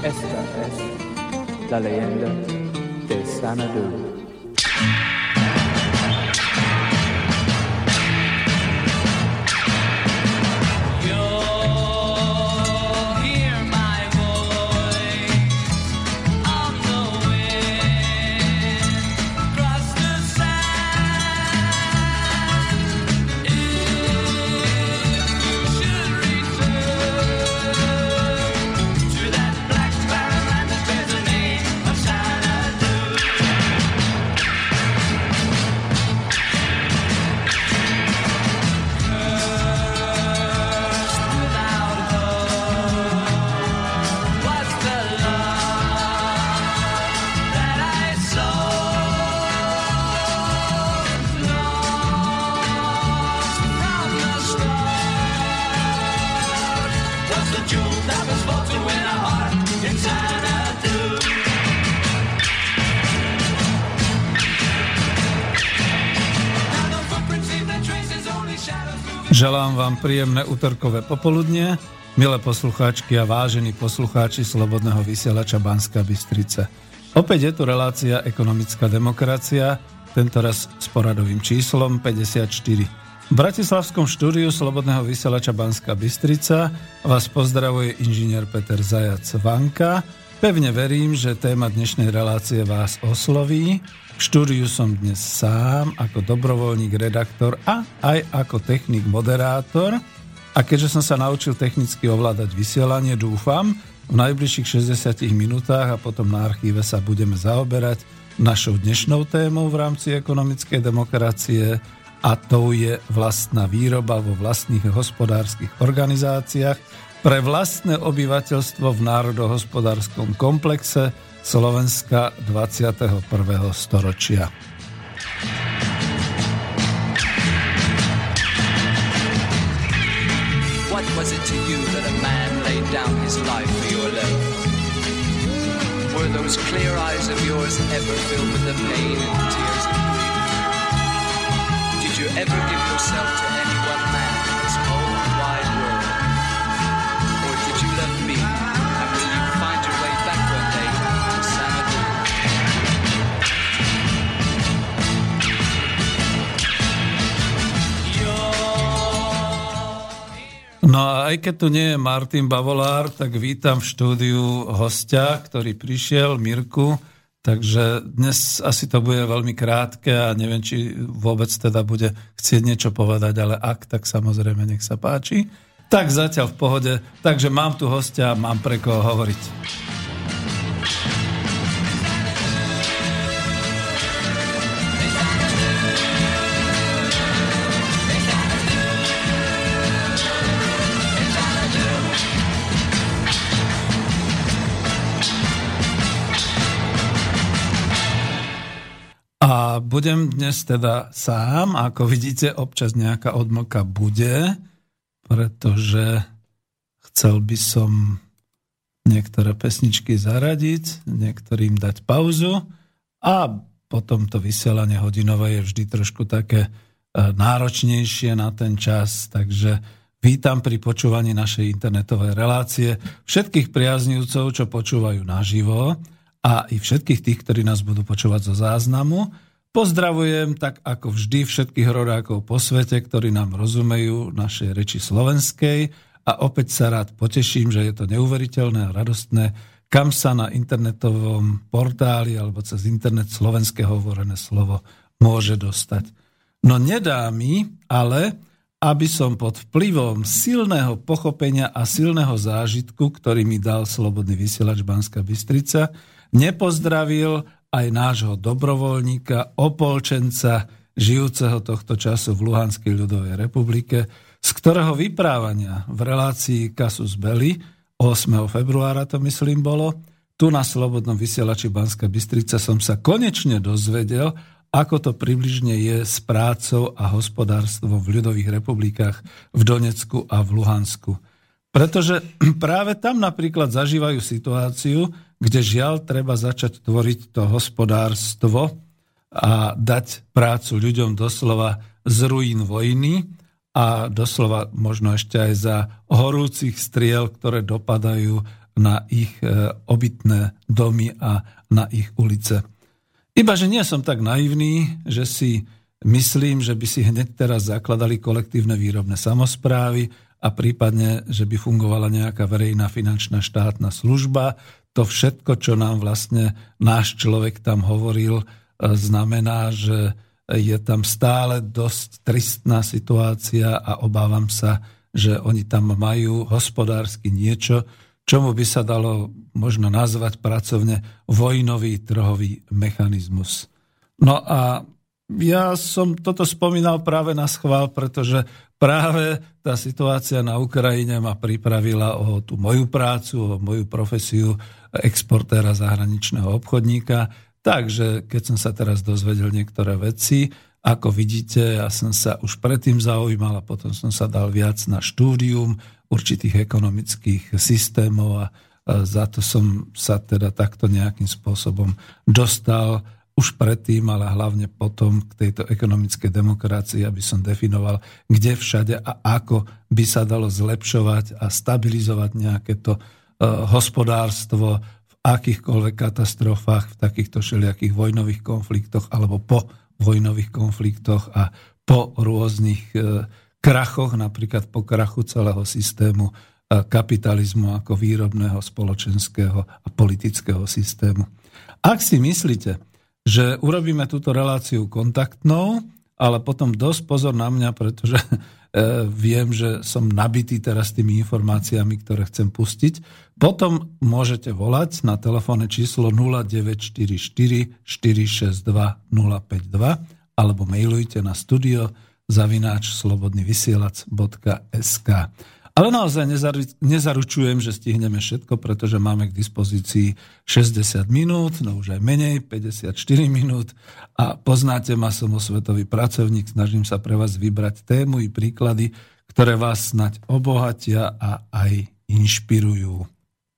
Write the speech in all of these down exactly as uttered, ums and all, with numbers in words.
Esta es la leyenda de Xanadu. Želám vám príjemné utorkové popoludnie, milé poslucháčky a vážení poslucháči Slobodného vysielača Banská Bystrica. Opäť je tu relácia Ekonomická demokracia, tentoraz s poradovým číslom päťdesiatštyri. V bratislavskom štúdiu Slobodného vysielača Banská Bystrica vás pozdravuje inžinier Peter Zajac Vanka. Pevne verím, že téma dnešnej relácie vás osloví. V štúdiu som dnes sám ako dobrovoľník, redaktor a aj ako technik, moderátor. A keďže som sa naučil technicky ovládať vysielanie, dúfam, v najbližších šesťdesiatich minútach a potom na archíve sa budeme zaoberať našou dnešnou témou v rámci ekonomickej demokracie, a to je vlastná výroba vo vlastných hospodárskych organizáciách pre vlastné obyvateľstvo v národohospodárskom komplexe Slovenska dvadsiateho prvého storočia. What was it to you that a man laid down his life for your love? Were those clear eyes of yours ever filled with the pain and tears of grief? Did you ever give yourself to any one man in this whole wide world? Or did you love me, and will you find your way back one day to Xanadu? No a aj keď tu nie je Martin Bavolár, tak vítam v štúdiu hostia, ktorý prišiel, Mirku. Takže dnes asi to bude veľmi krátke a neviem, či vôbec teda bude chcieť niečo povedať, ale ak, tak samozrejme nech sa páči. Tak zatiaľ v pohode, takže mám tu hostia, mám pre koho hovoriť. A budem dnes teda sám, ako vidíte, občas nejaká odmlka bude, pretože chcel by som niektoré pesničky zaradiť, niektorým dať pauzu a potom to vysielanie hodinové je vždy trošku také náročnejšie na ten čas, takže vítam pri počúvaní našej internetovej relácie všetkých priaznivcov, čo počúvajú naživo, a i všetkých tých, ktorí nás budú počúvať zo záznamu. Pozdravujem tak ako vždy všetkých rodákov po svete, ktorí nám rozumejú našej reči slovenskej a opäť sa rád poteším, že je to neuveriteľné a radostné, kam sa na internetovom portáli alebo cez internet slovenské hovorené slovo môže dostať. No nedá mi, ale aby som pod vplyvom silného pochopenia a silného zážitku, ktorý mi dal Slobodný vysielač Banská Bystrica, nepozdravil aj nášho dobrovoľníka, opolčenca, žijúceho tohto času v Luhanskej ľudovej republike, z ktorého vyprávania v relácii Casus Belli ôsmeho februára, to myslím bolo, tu na Slobodnom vysielači Banská Bystrica som sa konečne dozvedel, ako to približne je s prácou a hospodárstvom v ľudových republikách v Donecku a v Luhansku. Pretože práve tam napríklad zažívajú situáciu, kde žiaľ treba začať tvoriť to hospodárstvo a dať prácu ľuďom doslova z ruín vojny a doslova možno ešte aj za horúcich striel, ktoré dopadajú na ich obytné domy a na ich ulice. Iba, že nie som tak naivný, že si myslím, že by si hneď teraz zakladali kolektívne výrobné samosprávy a prípadne, že by fungovala nejaká verejná finančná štátna služba. To všetko, čo nám vlastne náš človek tam hovoril, znamená, že je tam stále dosť tristná situácia a obávam sa, že oni tam majú hospodársky niečo, čomu by sa dalo možno nazvať pracovne vojnový trhový mechanizmus. No a ja som toto spomínal práve na schvál, pretože práve tá situácia na Ukrajine ma pripravila o tú moju prácu, o moju profesiu exportéra zahraničného obchodníka. Takže keď som sa teraz dozvedel niektoré veci, ako vidíte, ja som sa už predtým zaujímal a potom som sa dal viac na štúdium určitých ekonomických systémov a za to som sa teda takto nejakým spôsobom dostal už predtým, ale hlavne potom k tejto ekonomickej demokracii, aby som definoval, kde všade a ako by sa dalo zlepšovať a stabilizovať nejaké to hospodárstvo v akýchkoľvek katastrofách, v takýchto všelijakých vojnových konfliktoch alebo po vojnových konfliktoch a po rôznych krachoch, napríklad po krachu celého systému kapitalizmu ako výrobného, spoločenského a politického systému. Ak si myslíte, že urobíme túto reláciu kontaktnou, ale potom dosť pozor na mňa, pretože viem, že som nabitý teraz tými informáciami, ktoré chcem pustiť, potom môžete volať na telefónne číslo nula deväť štyri štyri štyri šesť dva nula päť dva alebo mailujte na studio zavináč slobodnyvysielac bodka es ká. Ale naozaj nezaručujem, že stihneme všetko, pretože máme k dispozícii šesťdesiat minút, no už aj menej, päťdesiatštyri minút a poznáte ma, som osvetový pracovník, snažím sa pre vás vybrať tému i príklady, ktoré vás snať obohatia a aj inšpirujú.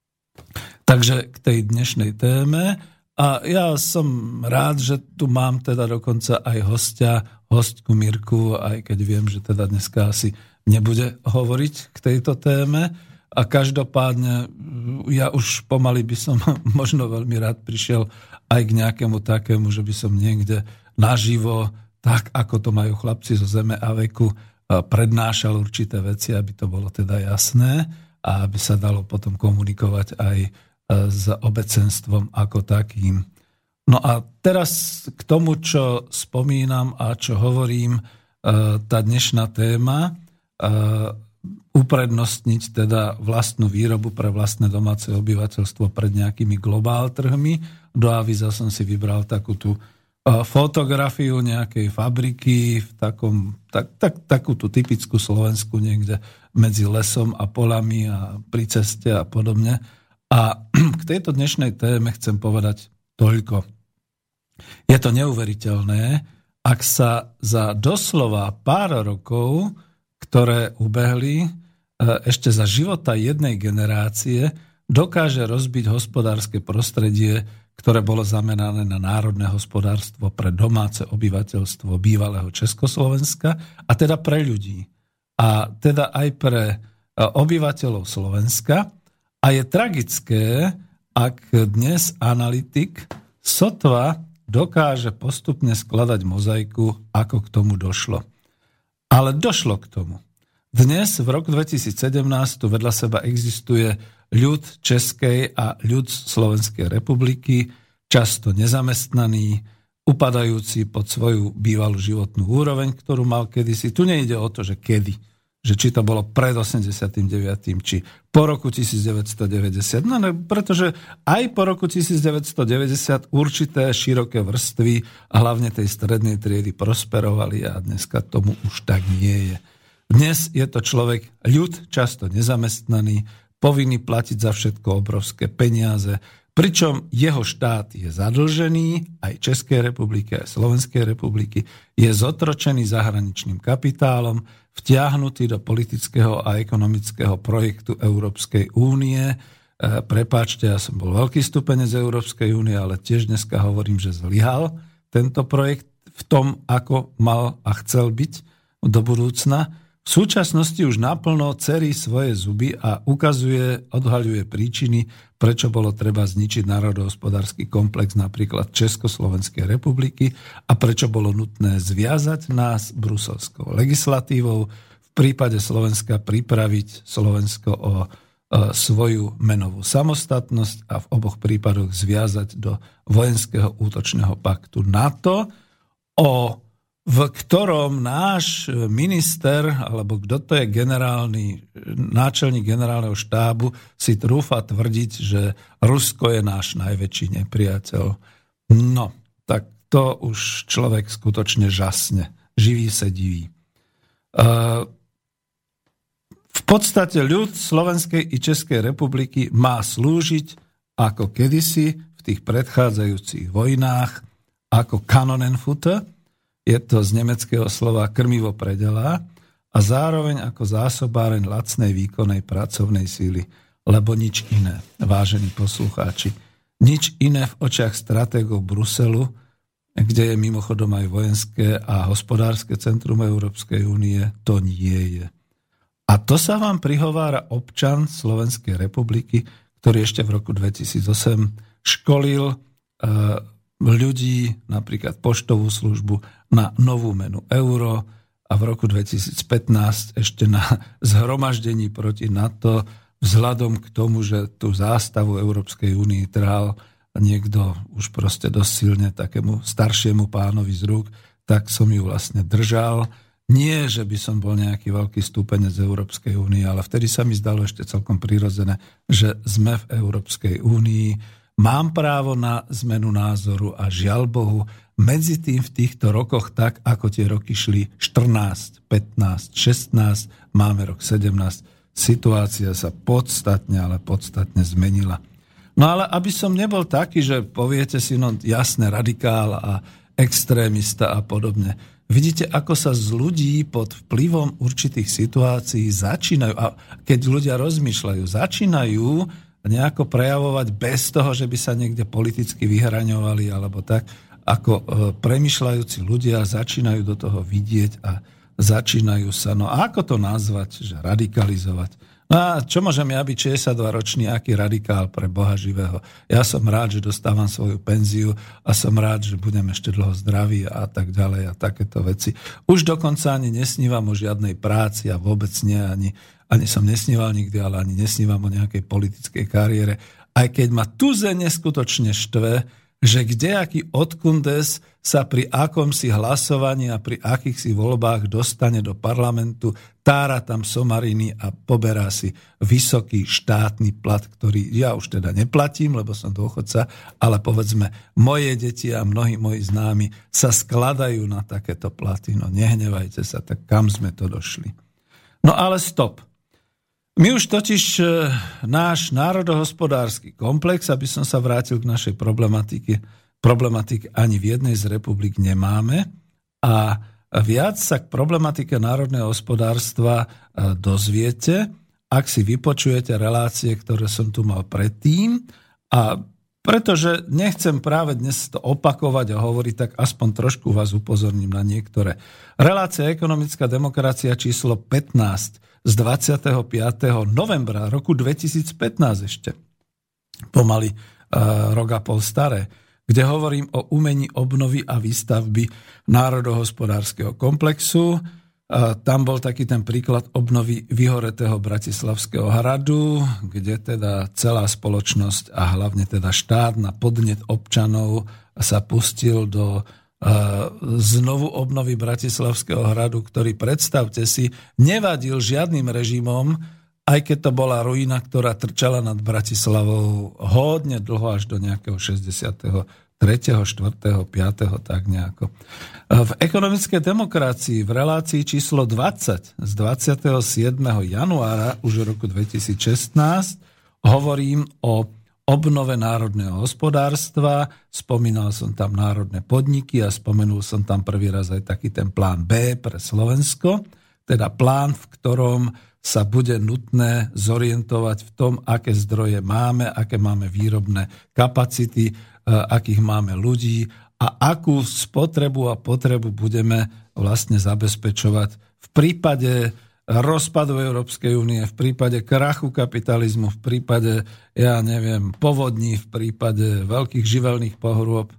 Takže k tej dnešnej téme. A ja som rád, že tu mám teda dokonca aj hostia, hostku Mirku, aj keď viem, že teda dneska asi nebude hovoriť k tejto téme. A každopádne ja už pomaly by som možno veľmi rád prišiel aj k nejakému takému, že by som niekde naživo, tak ako to majú chlapci zo Zeme a veku, prednášal určité veci, aby to bolo teda jasné a aby sa dalo potom komunikovať aj s obecenstvom ako takým. No a teraz k tomu, čo spomínam a čo hovorím, tá dnešná téma, uprednostniť teda vlastnú výrobu pre vlastné domáce obyvateľstvo pred nejakými globál trhmi. Do avíza som si vybral takú tú fotografiu nejakej fabriky v takom, tak, tak, takú tú typickú Slovensku niekde medzi lesom a polami a pri ceste a podobne. A k tejto dnešnej téme chcem povedať toľko. Je to neuveriteľné, ak sa za doslova pár rokov, ktoré ubehli, ešte za života jednej generácie, dokáže rozbiť hospodárske prostredie, ktoré bolo zamerané na národné hospodárstvo pre domáce obyvateľstvo bývalého Československa a teda pre ľudí. A teda aj pre obyvateľov Slovenska. A je tragické, ak dnes analytik sotva dokáže postupne skladať mozaiku, ako k tomu došlo. Ale došlo k tomu. Dnes, v roku dvetisícsedemnásť, tu vedľa seba existuje ľud Českej a ľud Slovenskej republiky, často nezamestnaný, upadajúci pod svoju bývalú životnú úroveň, ktorú mal kedysi. Tu nejde o to, že kedy. Že či to bolo pred osemdesiatym deviatym či po roku devätnásťstodeväťdesiat. No ne, pretože aj po roku devätnásťstodeväťdesiat určité široké vrstvy a hlavne tej strednej triedy prosperovali a dneska tomu už tak nie je. Dnes je to človek, ľud, často nezamestnaný, povinný platiť za všetko obrovské peniaze, pričom jeho štát je zadlžený, aj Českej republiky, aj Slovenskej republiky, je zotročený zahraničným kapitálom, vtiahnutý do politického a ekonomického projektu Európskej únie. E, prepáčte, ja som bol veľký stupenec Európskej únie, ale tiež dneska hovorím, že zlyhal tento projekt v tom, ako mal a chcel byť do budúcna. V v súčasnosti už naplno cerí svoje zuby a ukazuje, odhaľuje príčiny, prečo bolo treba zničiť národohospodársky komplex napríklad Československej republiky a prečo bolo nutné zviazať nás bruselskou legislatívou, v prípade Slovenska pripraviť Slovensko o e, svoju menovú samostatnosť a v oboch prípadoch zviazať do vojenského útočného paktu NATO, o v ktorom náš minister, alebo kto to je generálny, náčelník generálneho štábu, si trúfa tvrdiť, že Rusko je náš najväčší nepriateľ. No, tak to už človek skutočne žasne. Živý se diví. V podstate ľud Slovenskej i Českej republiky má slúžiť ako kedysi v tých predchádzajúcich vojnách ako Kanonenfutter, je to z nemeckého slova krmivo predelá, a zároveň ako zásobáreň lacnej výkonnej pracovnej síly, lebo nič iné, vážení poslucháči, nič iné v očiach stratégov Bruselu, kde je mimochodom aj vojenské a hospodárske centrum Európskej únie, to nie je. A to sa vám prihovára občan Slovenskej republiky, ktorý ešte v roku dvetisícosem školil e, ľudí, napríklad poštovú službu, na novú menu euro a v roku dvetisícpätnásť ešte na zhromaždení proti NATO vzhľadom k tomu, že tú zástavu Európskej únie trhal niekto už proste dosť silne takému staršiemu pánovi z rúk, tak som ju vlastne držal. Nie, že by som bol nejaký veľký stúpenec Európskej únie, ale vtedy sa mi zdalo ešte celkom prirodzené, že sme v Európskej únii. Mám právo na zmenu názoru a žiaľ Bohu, medzi tým v týchto rokoch, tak ako tie roky šli štrnásť, pätnásť, šestnásť, máme rok sedemnásť, situácia sa podstatne, ale podstatne zmenila. No ale aby som nebol taký, že poviete si, no jasné, radikál a extrémista a podobne. Vidíte, ako sa z ľudí pod vplyvom určitých situácií začínajú, a keď ľudia rozmýšľajú, začínajú nejako prejavovať bez toho, že by sa niekde politicky vyhraňovali alebo tak, ako premýšľajúci ľudia začínajú do toho vidieť a začínajú sa, no a ako to nazvať, že radikalizovať. No a čo môžem ja byť šesťdesiatdvaročný, aký radikál pre Boha živého? Ja som rád, že dostávam svoju penziu a som rád, že budem ešte dlho zdravý a tak ďalej a takéto veci. Už dokonca ani nesnívam o žiadnej práci a vôbec nie, ani Ani som nesníval nikdy, ale ani nesnívam o nejakej politickej kariére. Aj keď ma tuze neskutočne štve, že kdejaký odkundes sa pri akomsi hlasovaní a pri akýchsi voľbách dostane do parlamentu, tára tam somariny a poberá si vysoký štátny plat, ktorý ja už teda neplatím, lebo som dôchodca, ale povedzme, moje deti a mnohí moji známi sa skladajú na takéto platy. No nehnevajte sa, tak kam sme to došli? No ale stop. My už totiž náš národohospodársky komplex, aby som sa vrátil k našej problematike, problematike ani v jednej z republik nemáme a viac sa k problematike národného hospodárstva dozviete, ak si vypočujete relácie, ktoré som tu mal predtým, a pretože nechcem práve dnes to opakovať a hovoriť, tak aspoň trošku vás upozorním na niektoré. Relácia Ekonomická demokracia číslo pätnásť z dvadsiateho piateho novembra roku dvetisícpätnásť ešte, pomaly uh, rok a pol staré, kde hovorím o umení obnovy a výstavby národohospodárskeho komplexu. Uh, tam bol taký ten príklad obnovy vyhoretého Bratislavského hradu, kde teda celá spoločnosť a hlavne teda štát na podnet občanov sa pustil do znovu obnovy Bratislavského hradu, ktorý, predstavte si, nevadil žiadnym režimom, aj keď to bola ruína, ktorá trčala nad Bratislavou hodne dlho, až do nejakého šesťdesiateho tretieho, štvrtého, piateho tak nejako. V Ekonomickej demokracii v relácii číslo dvadsať z dvadsiateho siedmeho januára už roku dvetisícšestnásť hovorím o obnove národného hospodárstva, spomínal som tam národné podniky a spomenul som tam prvý raz aj taký ten plán B pre Slovensko, teda plán, v ktorom sa bude nutné zorientovať v tom, aké zdroje máme, aké máme výrobné kapacity, akých máme ľudí a akú spotrebu a potrebu budeme vlastne zabezpečovať v prípade rozpadu Európskej únie, v prípade krachu kapitalizmu, v prípade, ja neviem, povodní, v prípade veľkých živelných pohrôb,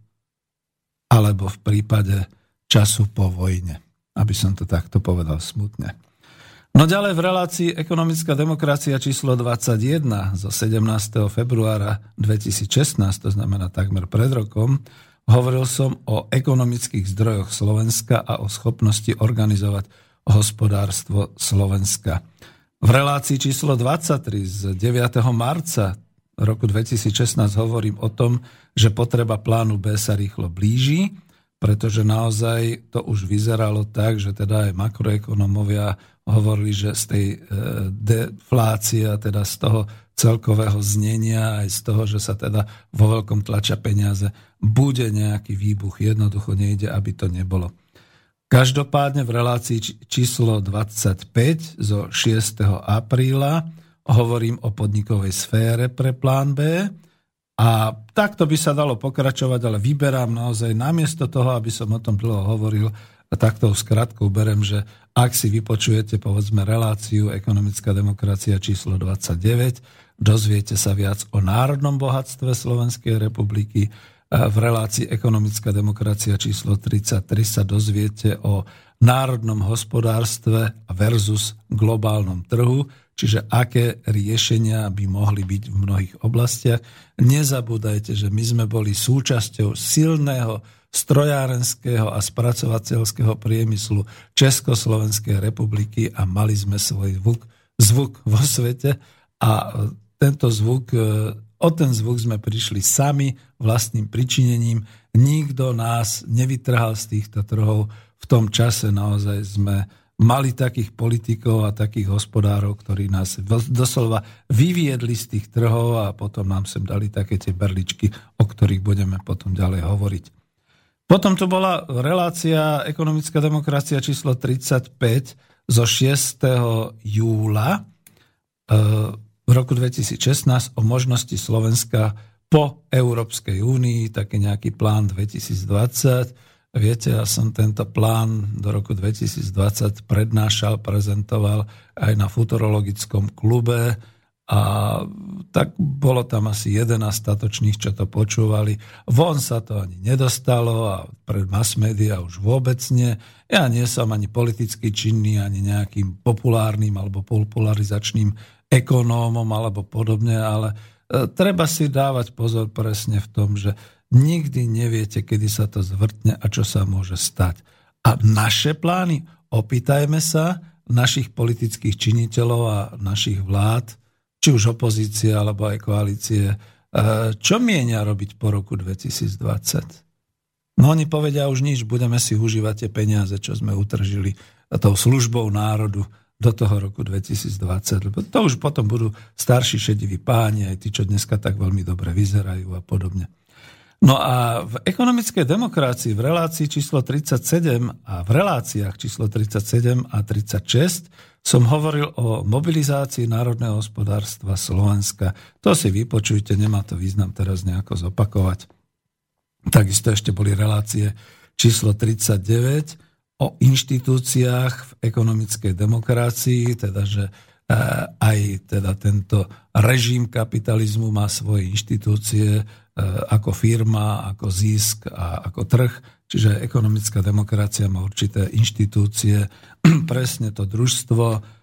alebo v prípade času po vojne, aby som to takto povedal smutne. No ďalej v relácii Ekonomická demokracia číslo dvadsaťjeden zo sedemnásteho februára dvetisícšestnásť, to znamená takmer pred rokom, hovoril som o ekonomických zdrojoch Slovenska a o schopnosti organizovať hospodárstvo Slovenska. V relácii číslo dvadsaťtri z deviateho marca roku dvetisícšestnásť hovorím o tom, že potreba plánu B sa rýchlo blíži, pretože naozaj to už vyzeralo tak, že teda aj makroekonomovia hovorili, že z tej deflácie, teda z toho celkového znenia, aj z toho, že sa teda vo veľkom tlačia peniaze, bude nejaký výbuch. Jednoducho nejde, aby to nebolo. Každopádne v relácii číslo dvadsaťpäť zo šiesteho apríla hovorím o podnikovej sfére pre plán B a takto by sa dalo pokračovať, ale vyberám naozaj namiesto toho, aby som o tom dlho hovoril, a takto skratkou berem, že ak si vypočujete povedzme reláciu Ekonomická demokracia číslo dvadsaťdeväť, dozviete sa viac o národnom bohatstve Slovenskej republiky. V relácii Ekonomická demokracia číslo tridsaťtri sa dozviete o národnom hospodárstve versus globálnom trhu, čiže aké riešenia by mohli byť v mnohých oblastiach. Nezabúdajte, že my sme boli súčasťou silného strojárenského a spracovateľského priemyslu Československej republiky a mali sme svoj zvuk, zvuk vo svete a tento zvuk, o ten zvuk sme prišli sami vlastným pričinením. Nikto nás nevytrhal z týchto trhov. V tom čase naozaj sme mali takých politikov a takých hospodárov, ktorí nás doslova vyviedli z tých trhov a potom nám sem dali také tie berličky, o ktorých budeme potom ďalej hovoriť. Potom tu bola relácia Ekonomická demokracia číslo tridsaťpäť zo šiesteho júla v roku dvetisícšestnásť o možnosti Slovenska po Európskej únii, taký nejaký plán dvetisícdvadsať. Viete, ja som tento plán do roku dvetisícdvadsať prednášal, prezentoval aj na futurologickom klube a tak bolo tam asi jedenásť statočných, čo to počúvali. Von sa to ani nedostalo a pred mass media už vôbec nie. Ja nie som ani politicky činný, ani nejakým populárnym alebo popularizačným ekonómom alebo podobne, ale treba si dávať pozor presne v tom, že nikdy neviete, kedy sa to zvrtne a čo sa môže stať. A naše plány, opýtajme sa našich politických činiteľov a našich vlád, či už opozície alebo aj koalície, čo mienia robiť po roku dvetisícdvadsať. No oni povedia už nič, budeme si užívať tie peniaze, čo sme utržili tou službou národu do toho roku dvetisícdvadsať. Lebo to už potom budú starší šediví páni, aj tí, čo dneska tak veľmi dobre vyzerajú a podobne. No a v Ekonomickej demokracii v relácii číslo tridsaťsedem a v reláciách číslo tridsaťsedem a tridsaťšesť som hovoril o mobilizácii národného hospodárstva Slovenska. To si vypočujte, nemá to význam teraz nejako zopakovať. Takisto ešte boli relácie číslo tridsaťdeväť o inštitúciách v ekonomickej demokracii, teda že aj teda tento režim kapitalizmu má svoje inštitúcie ako firma, ako zisk a ako trh. Čiže ekonomická demokracia má určité inštitúcie, presne to družstvo,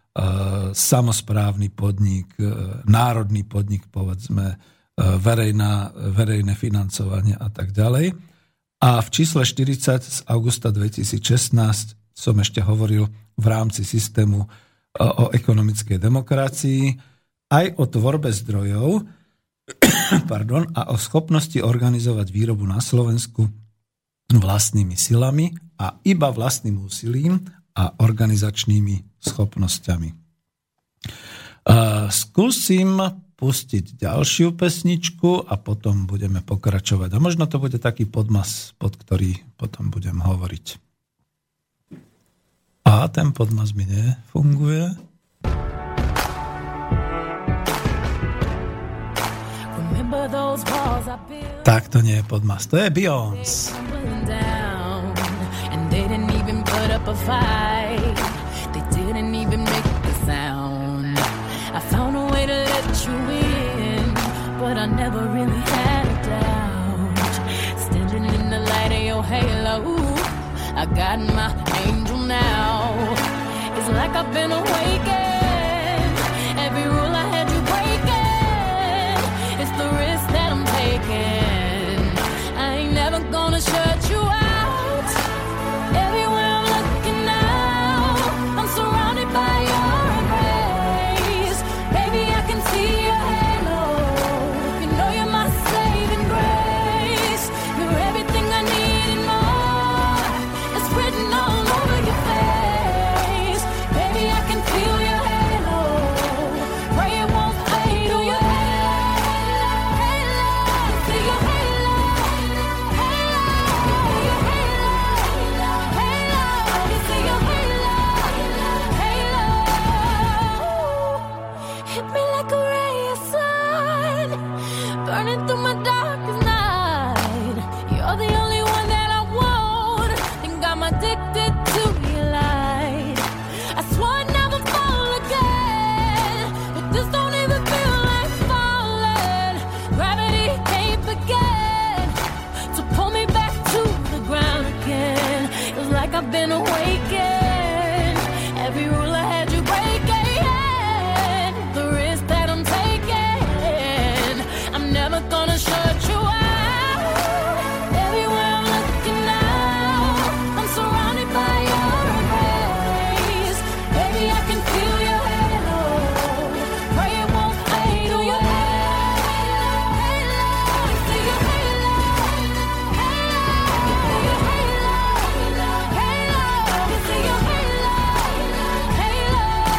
samosprávny podnik, národný podnik, povedzme, verejná, verejné financovanie a tak ďalej. A v čísle štyridsať z augusta dvetisícšestnásť som ešte hovoril v rámci systému o ekonomickej demokracii aj o tvorbe zdrojov pardon, a o schopnosti organizovať výrobu na Slovensku vlastnými silami a iba vlastným úsilím a organizačnými schopnosťami. Skúsim pustiť ďalšiu pesničku a potom budeme pokračovať. A možno to bude taký podmas, pod ktorý potom budem hovoriť. A ten podmas mi nefunguje. Tak to nie je podmas, to je Beyoncé. And they didn't even put up a fight. They didn't even make let you in, but I never really had a doubt. Standing in the light of your halo, I got my angel now. It's like I've been awakened. Every rule I had you breaking, it's the risk that I'm taking. I ain't never gonna shut you out. Everywhere I'm looking now, I'm surrounded by your embrace. Baby, I can see your halo. You know you're my saving grace. You're everything I need and more. It's written all over your face. Baby, I can feel your halo. Pray it won't fade. Feel your halo, halo. See your halo, halo. Your halo, halo. You see your halo, halo. Hit me like a ray of sun, burning through my darkest night. You're the only one that I want. Think I'm addicted to your light. I swore I'd never fall again, but this don't even feel like falling. Gravity can't begin to pull me back to the ground again. It's like I've been awakened. Every rule I had you breaking, the risk that I'm taking. I'm never gonna shut you out. Everywhere I'm looking now, I'm surrounded by your embrace. Baby, I can feel your halo. Pray it won't fade. Feel your halo, halo. See your halo, halo. See your halo, halo. You see your halo, halo.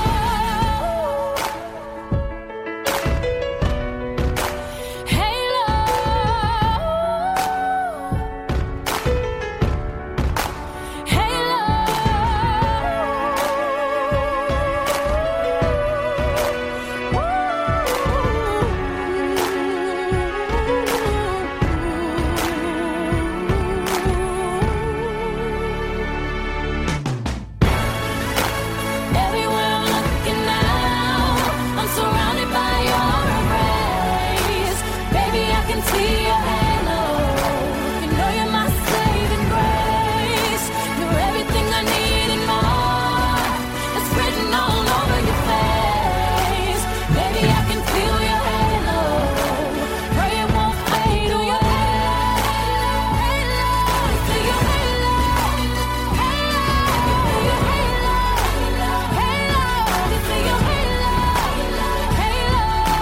Everywhere I'm looking now, I'm surrounded by your embrace. Baby, I can see your halo. You know you're my saving grace. You're everything I need and more. It's written all over your face. Baby, I can feel your halo. Pray it won't fade. Feel your halo, halo. See your halo, halo. Your halo, halo. You see your halo, halo.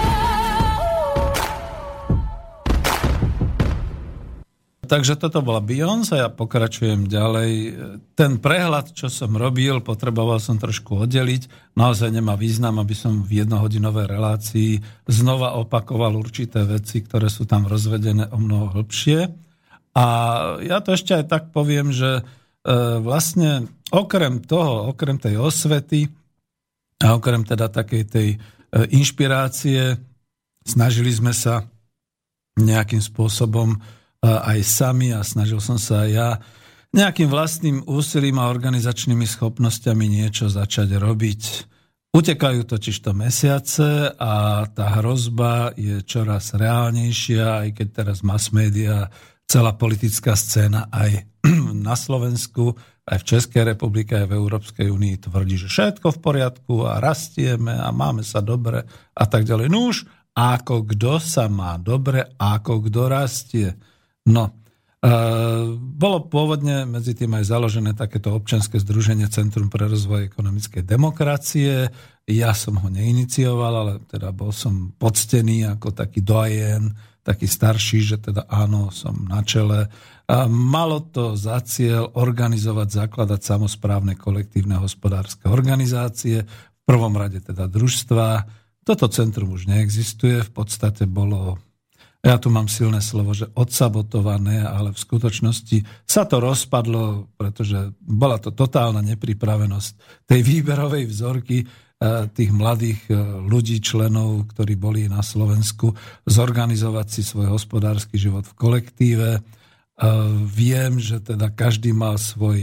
Takže toto bola Beyoncé a ja pokračujem ďalej. Ten prehľad, čo som robil, potreboval som trošku oddeliť. Naozaj nemá význam, aby som v jednohodinovej relácii znova opakoval určité veci, ktoré sú tam rozvedené o mnoho hlbšie. A ja to ešte aj tak poviem, že e, vlastne okrem toho, okrem tej osvety a okrem teda takej tej e, inšpirácie, snažili sme sa nejakým spôsobom aj sami a snažil som sa aj ja nejakým vlastným úsilím a organizačnými schopnosťami niečo začať robiť. Utekajú totiž to mesiace a tá hrozba je čoraz reálnejšia, aj keď teraz mass media, celá politická scéna aj na Slovensku, aj v Českej republike, aj v Európskej únii tvrdí, že všetko v poriadku a rastieme a máme sa dobre a tak ďalej. No už ako kto sa má dobre, ako kto rastie. No, e, bolo pôvodne medzi tým aj založené takéto občianske združenie Centrum pre rozvoj ekonomickej demokracie. Ja som ho neinicioval, ale teda bol som poctený ako taký doyen, taký starší, že teda áno, som na čele. A malo to za cieľ organizovať, zakladať samosprávne kolektívne hospodárske organizácie, v prvom rade teda družstva. Toto centrum už neexistuje, v podstate bolo... Ja tu mám silné slovo, že odsabotované, ale v skutočnosti sa to rozpadlo, pretože bola to totálna nepripravenosť tej výberovej vzorky tých mladých ľudí, členov, ktorí boli na Slovensku, zorganizovať si svoj hospodársky život v kolektíve. Viem, že teda každý mal svoj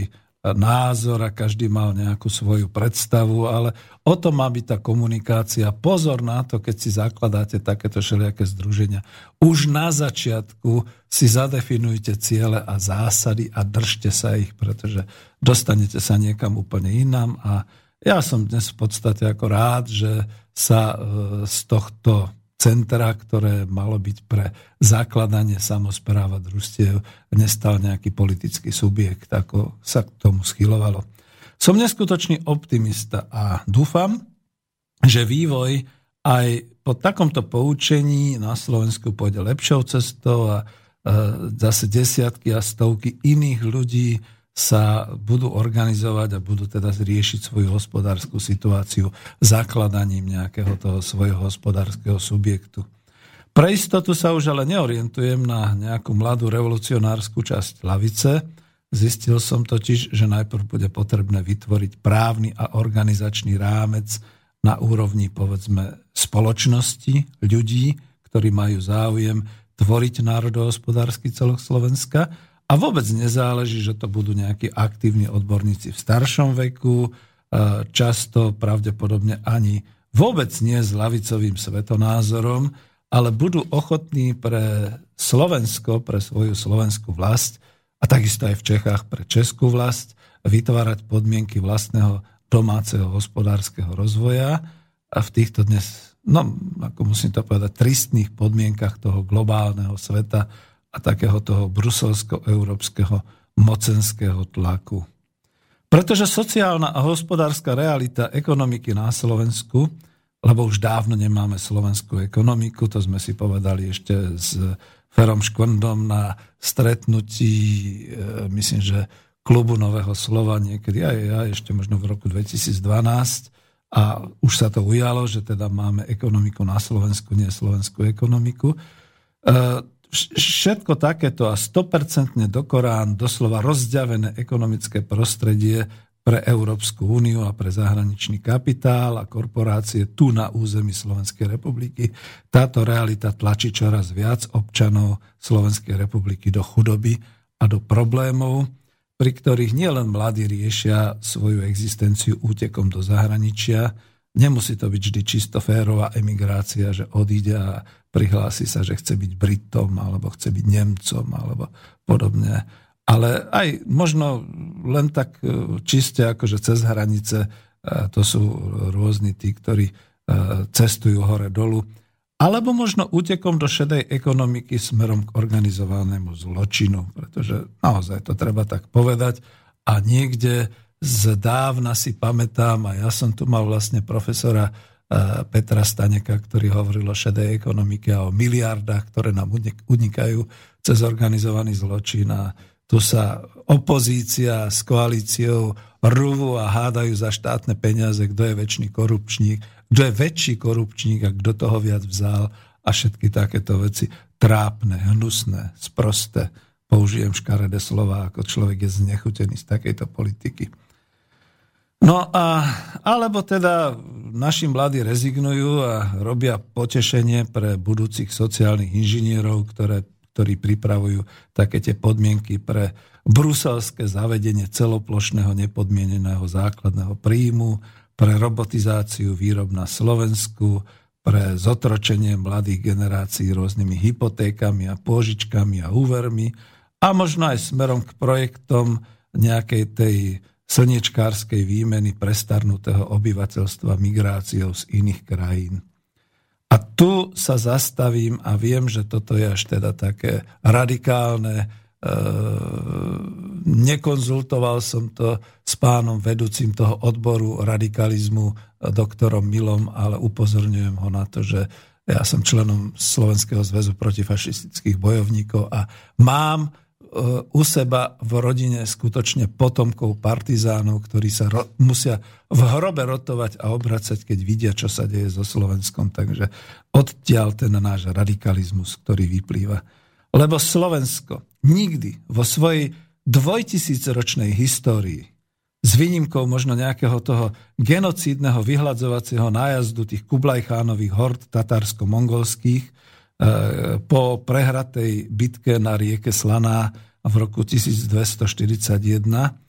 názor a každý mal nejakú svoju predstavu, ale o tom má byť tá komunikácia. Pozor na to, keď si zakladáte takéto všelijaké združenia. Už na začiatku si zadefinujte ciele a zásady a držte sa ich, pretože dostanete sa niekam úplne inám. A ja som dnes v podstate ako rád, že sa z tohto centra, ktoré malo byť pre zakladanie samospráv a družstiev, nestal nejaký politický subjekt, ako sa k tomu schylovalo. Som neskutočný optimista a dúfam, že vývoj aj po takomto poučení na Slovensku pôjde lepšou cestou a zase desiatky a stovky iných ľudí sa budú organizovať a budú teda riešiť svoju hospodárskú situáciu zakladaním nejakého toho svojho hospodárskeho subjektu. Pre istotu sa už ale neorientujem na nejakú mladú revolucionárskú časť ľavice. Zistil som totiž, že najprv bude potrebné vytvoriť právny a organizačný rámec na úrovni, povedzme, spoločnosti, ľudí, ktorí majú záujem tvoriť národohospodársky celok Slovenska. A vôbec nezáleží, že to budú nejakí aktívni odborníci v staršom veku, často pravdepodobne ani vôbec nie s ľavicovým svetonázorom, ale budú ochotní pre Slovensko, pre svoju slovenskú vlast a takisto aj v Čechách pre českú vlast vytvárať podmienky vlastného domáceho hospodárskeho rozvoja a v týchto dnes, no ako musím to povedať, tristných podmienkach toho globálneho sveta a takého toho bruselsko-európskeho mocenského tlaku. Pretože sociálna a hospodárska realita ekonomiky na Slovensku, lebo už dávno nemáme slovenskú ekonomiku, to sme si povedali ešte s Ferom Škvrndom na stretnutí, myslím, že klubu Nového slova niekedy, aj ja ešte možno v roku dvetisícdvanásť, a už sa to ujalo, že teda máme ekonomiku na Slovensku, nie slovenskú ekonomiku. Všetko takéto a sto percent do Korán doslova rozďavené ekonomické prostredie pre Európsku úniu a pre zahraničný kapitál a korporácie tu na území Slovenskej republiky. Táto realita tlačí čoraz viac občanov Slovenskej republiky do chudoby a do problémov, pri ktorých nielen mladí riešia svoju existenciu útekom do zahraničia. Nemusí to byť vždy čisto férová emigrácia, že odíde a prihlási sa, že chce byť Britom, alebo chce byť Nemcom, alebo podobne. Ale aj možno len tak čiste, akože cez hranice, to sú rôzni tí, ktorí cestujú hore-dolu, alebo možno útekom do šedej ekonomiky smerom k organizovanému zločinu, pretože naozaj to treba tak povedať a niekde zdávna si pamätám, a ja som tu mal vlastne profesora Petra Staneka, ktorý hovoril o šedej ekonomike a o miliardách, ktoré nám unikajú cez organizovaný zločin. A tu sa opozícia s koalíciou rúvu a hádajú za štátne peniaze, kto je väčší korupčník, kto je väčší korupčník a kto toho viac vzal a všetky takéto veci trápne, hnusné, sprosté. Použijem škaredé slova, ako človek je znechutený z takejto politiky. No a, alebo teda naši mladí rezignujú a robia potešenie pre budúcich sociálnych inžinierov, ktoré, ktorí pripravujú také tie podmienky pre bruselské zavedenie celoplošného nepodmieneného základného príjmu, pre robotizáciu výrob na Slovensku, pre zotročenie mladých generácií rôznymi hypotékami a pôžičkami a úvermi a možno aj smerom k projektom nejakej tej slniečkárskej výmeny prestarnutého obyvateľstva migráciou z iných krajín. A tu sa zastavím a viem, že toto je až teda také radikálne. E, nekonzultoval som to s pánom vedúcim toho odboru radikalizmu, doktorom Milom, ale upozorňujem ho na to, že ja som členom Slovenského zväzu protifašistických bojovníkov a mám u seba v rodine skutočne potomkov partizánov, ktorí sa ro- musia v hrobe rotovať a obracať, keď vidia, čo sa deje so Slovenskom. Takže odtiaľ ten náš radikalizmus, ktorý vyplýva. Lebo Slovensko nikdy vo svojej dvojtisícročnej histórii, s výnimkou možno nejakého toho genocídneho vyhľadzovacieho nájazdu tých Kublajchánových hord tatársko-mongolských, po prehratej bitke na rieke Slaná v roku tisícdvestoštyridsaťjeden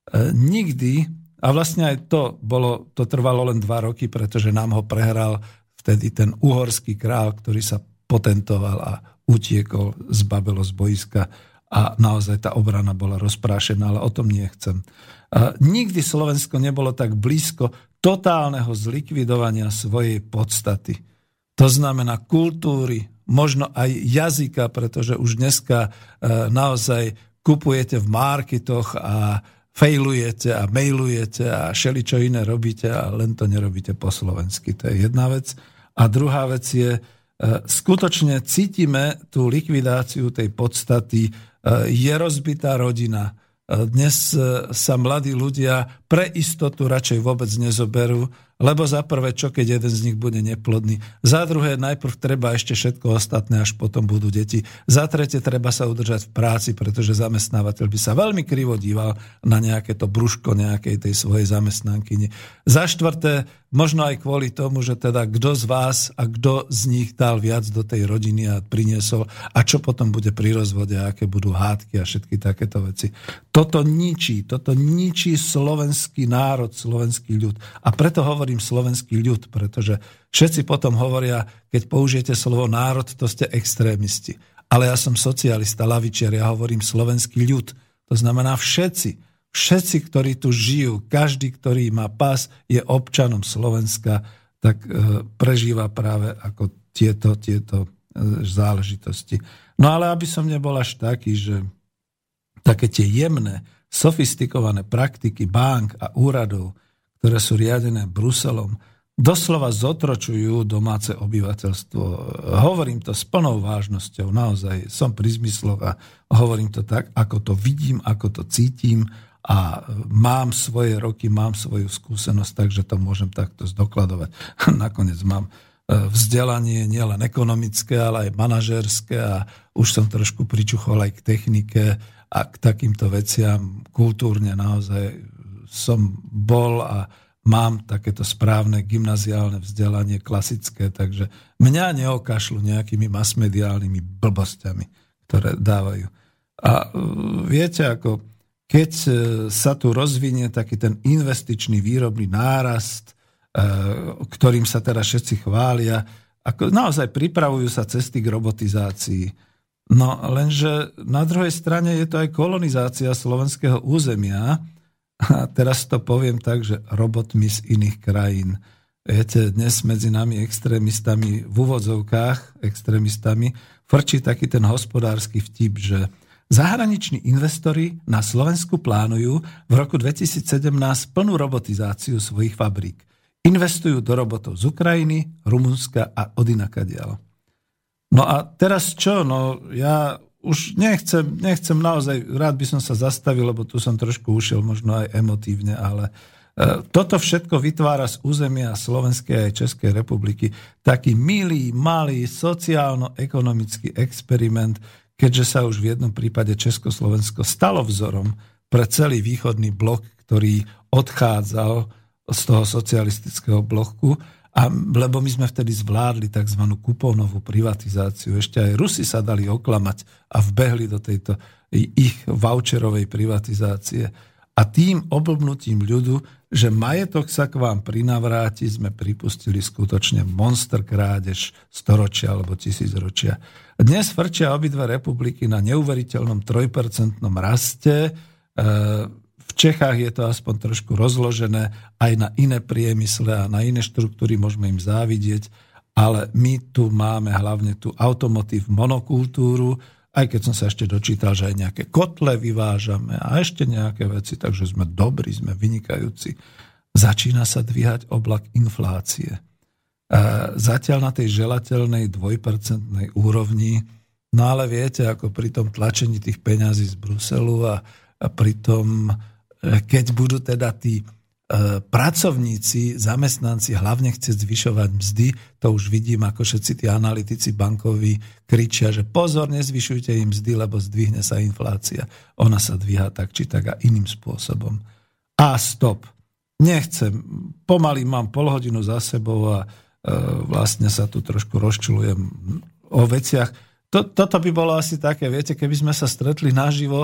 nikdy, a vlastne aj to bolo, to trvalo len dva roky, pretože nám ho prehral vtedy ten uhorský král, ktorý sa potentoval a utiekol, zbabelo z boiska a naozaj tá obrana bola rozprášená, ale o tom nechcem. Nikdy Slovensko nebolo tak blízko totálneho zlikvidovania svojej podstaty. To znamená kultúry, možno aj jazyka, pretože už dneska naozaj kupujete v marketoch a fejlujete a mailujete a šeličo iné robíte a len to nerobíte po slovensky. To je jedna vec. A druhá vec je, skutočne cítime tú likvidáciu tej podstaty, je rozbitá rodina. Dnes sa mladí ľudia pre istotu radšej vôbec nezoberú, lebo za prvé, čo keď jeden z nich bude neplodný. Za druhé, najprv treba ešte všetko ostatné, až potom budú deti. Za tretie, treba sa udržať v práci, pretože zamestnávateľ by sa veľmi krivo díval na nejaké to brúško nejakej tej svojej zamestnankyne. Za štvrté, možno aj kvôli tomu, že teda kto z vás a kto z nich dal viac do tej rodiny a priniesol a čo potom bude pri rozvode, aké budú hádky a všetky takéto veci. Toto ničí, toto ničí slovenský národ, slovenský ľud. A preto hovorím slovenský ľud, pretože všetci potom hovoria, keď použijete slovo národ, to ste extrémisti. Ale ja som socialista, lavičiar, ja hovorím slovenský ľud. To znamená všetci, všetci, ktorí tu žijú, každý, ktorý má pas, je občanom Slovenska, tak e, prežíva práve ako tieto, tieto e, záležitosti. No ale aby som nebol až taký, že také tie jemné, sofistikované praktiky bank a úradov, ktoré sú riadené Bruselom, doslova zotročujú domáce obyvateľstvo. Hovorím to s plnou vážnosťou, naozaj som pri zmysloch a hovorím to tak, ako to vidím, ako to cítim a mám svoje roky, mám svoju skúsenosť, takže to môžem takto zdokladovať. Nakoniec mám vzdelanie nielen ekonomické, ale aj manažérske a už som trošku pričuchol aj k technike a k takýmto veciam. Kultúrne naozaj som bol a mám takéto správne gymnaziálne vzdelanie, klasické, takže mňa neokašľú nejakými masmediálnymi blbosťami, ktoré dávajú. A viete, ako keď sa tu rozvinie taký ten investičný výrobný nárast, ktorým sa teraz všetci chvália, ako naozaj pripravujú sa cesty k robotizácii. No lenže na druhej strane je to aj kolonizácia slovenského územia. A teraz to poviem tak, že robotmi z iných krajín. Viete, dnes medzi nami extrémistami, v úvodzovkách extrémistami, frčí taký ten hospodársky vtip, že zahraniční investori na Slovensku plánujú v roku dvetisícsedemnásť plnú robotizáciu svojich fabrík. Investujú do robotov z Ukrajiny, Rumunska a odinakadiaľ. No a teraz čo? No ja už nechcem, nechcem naozaj, rád by som sa zastavil, lebo tu som trošku ušiel možno aj emotívne, ale toto všetko vytvára z územia Slovenskej aj Českej republiky taký milý, malý sociálno-ekonomický experiment, keďže sa už v jednom prípade Československo stalo vzorom pre celý východný blok, ktorý odchádzal z toho socialistického bloku, a lebo my sme vtedy zvládli tzv. Kupónovú privatizáciu. Ešte aj Rusi sa dali oklamať a vbehli do tejto ich voucherovej privatizácie. A tým oblbnutím ľudu, že majetok sa k vám prinavráti, sme pripustili skutočne monster krádež storočia alebo tisícročia. Dnes frčia obidve republiky na neuveriteľnom trojpercentnom raste. V Čechách je to aspoň trošku rozložené aj na iné priemysle a na iné štruktúry, môžeme im závidieť, ale my tu máme hlavne tú automotív monokultúru, aj keď som sa ešte dočítal, že aj nejaké kotle vyvážame a ešte nejaké veci, takže sme dobrí, sme vynikajúci. Začína sa dvíhať oblak inflácie. Zatiaľ na tej želateľnej dvojpercentnej úrovni, no ale viete, ako pri tom tlačení tých peňazí z Bruselu a, a pri tom, keď budú teda tí e, pracovníci, zamestnanci hlavne chcieť zvyšovať mzdy, to už vidím, ako všetci tí analytici bankoví kričia, že pozor, nezvyšujte im mzdy, lebo zdvihne sa inflácia. Ona sa dvíha tak či tak a iným spôsobom. A stop. Nechcem. Pomaly mám pol hodinu za sebou a e, vlastne sa tu trošku rozčuľujem o veciach. To, toto by bolo asi také, viete, keby sme sa stretli naživo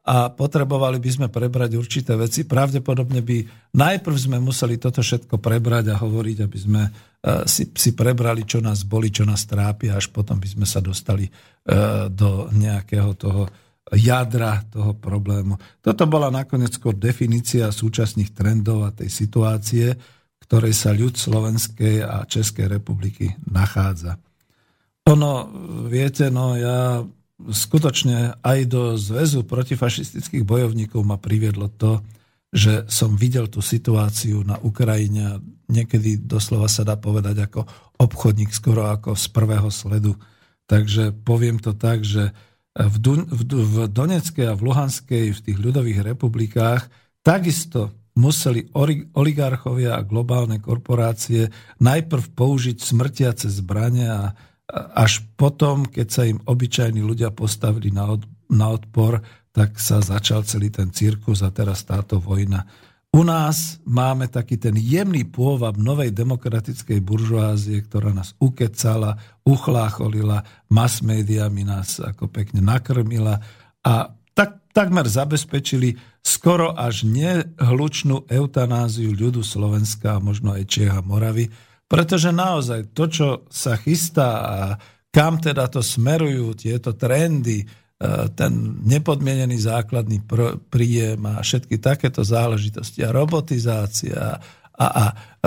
a potrebovali by sme prebrať určité veci. Pravdepodobne by najprv sme museli toto všetko prebrať a hovoriť, aby sme si, si prebrali, čo nás boli, čo nás trápi, a až potom by sme sa dostali do nejakého toho jadra toho problému. Toto bola nakoniec skôr definícia súčasných trendov a tej situácie, v ktorej sa ľud Slovenskej a Českej republiky nachádza. Ono, viete, no ja skutočne aj do Zväzu protifašistických bojovníkov ma priviedlo to, že som videl tú situáciu na Ukrajine a niekedy doslova sa dá povedať ako obchodník, skoro ako z prvého sledu. Takže poviem to tak, že v, Dun- v Donetskej a v Luhanskej, v tých ľudových republikách takisto museli oligarchovia a globálne korporácie najprv použiť smrtiace zbrane a až potom, keď sa im obyčajní ľudia postavili na, od, na odpor, tak sa začal celý ten cirkus a teraz táto vojna. U nás máme taký ten jemný pôvab novej demokratickej buržoázie, ktorá nás ukecala, uchlácholila, mass médiami nás ako pekne nakrmila a tak, takmer zabezpečili skoro až nehlučnú eutanáziu ľudu Slovenska a možno aj Čiech a Moravy, pretože naozaj to, čo sa chystá a kam teda to smerujú tieto trendy, ten nepodmienený základný príjem a všetky takéto záležitosti a robotizácia a, a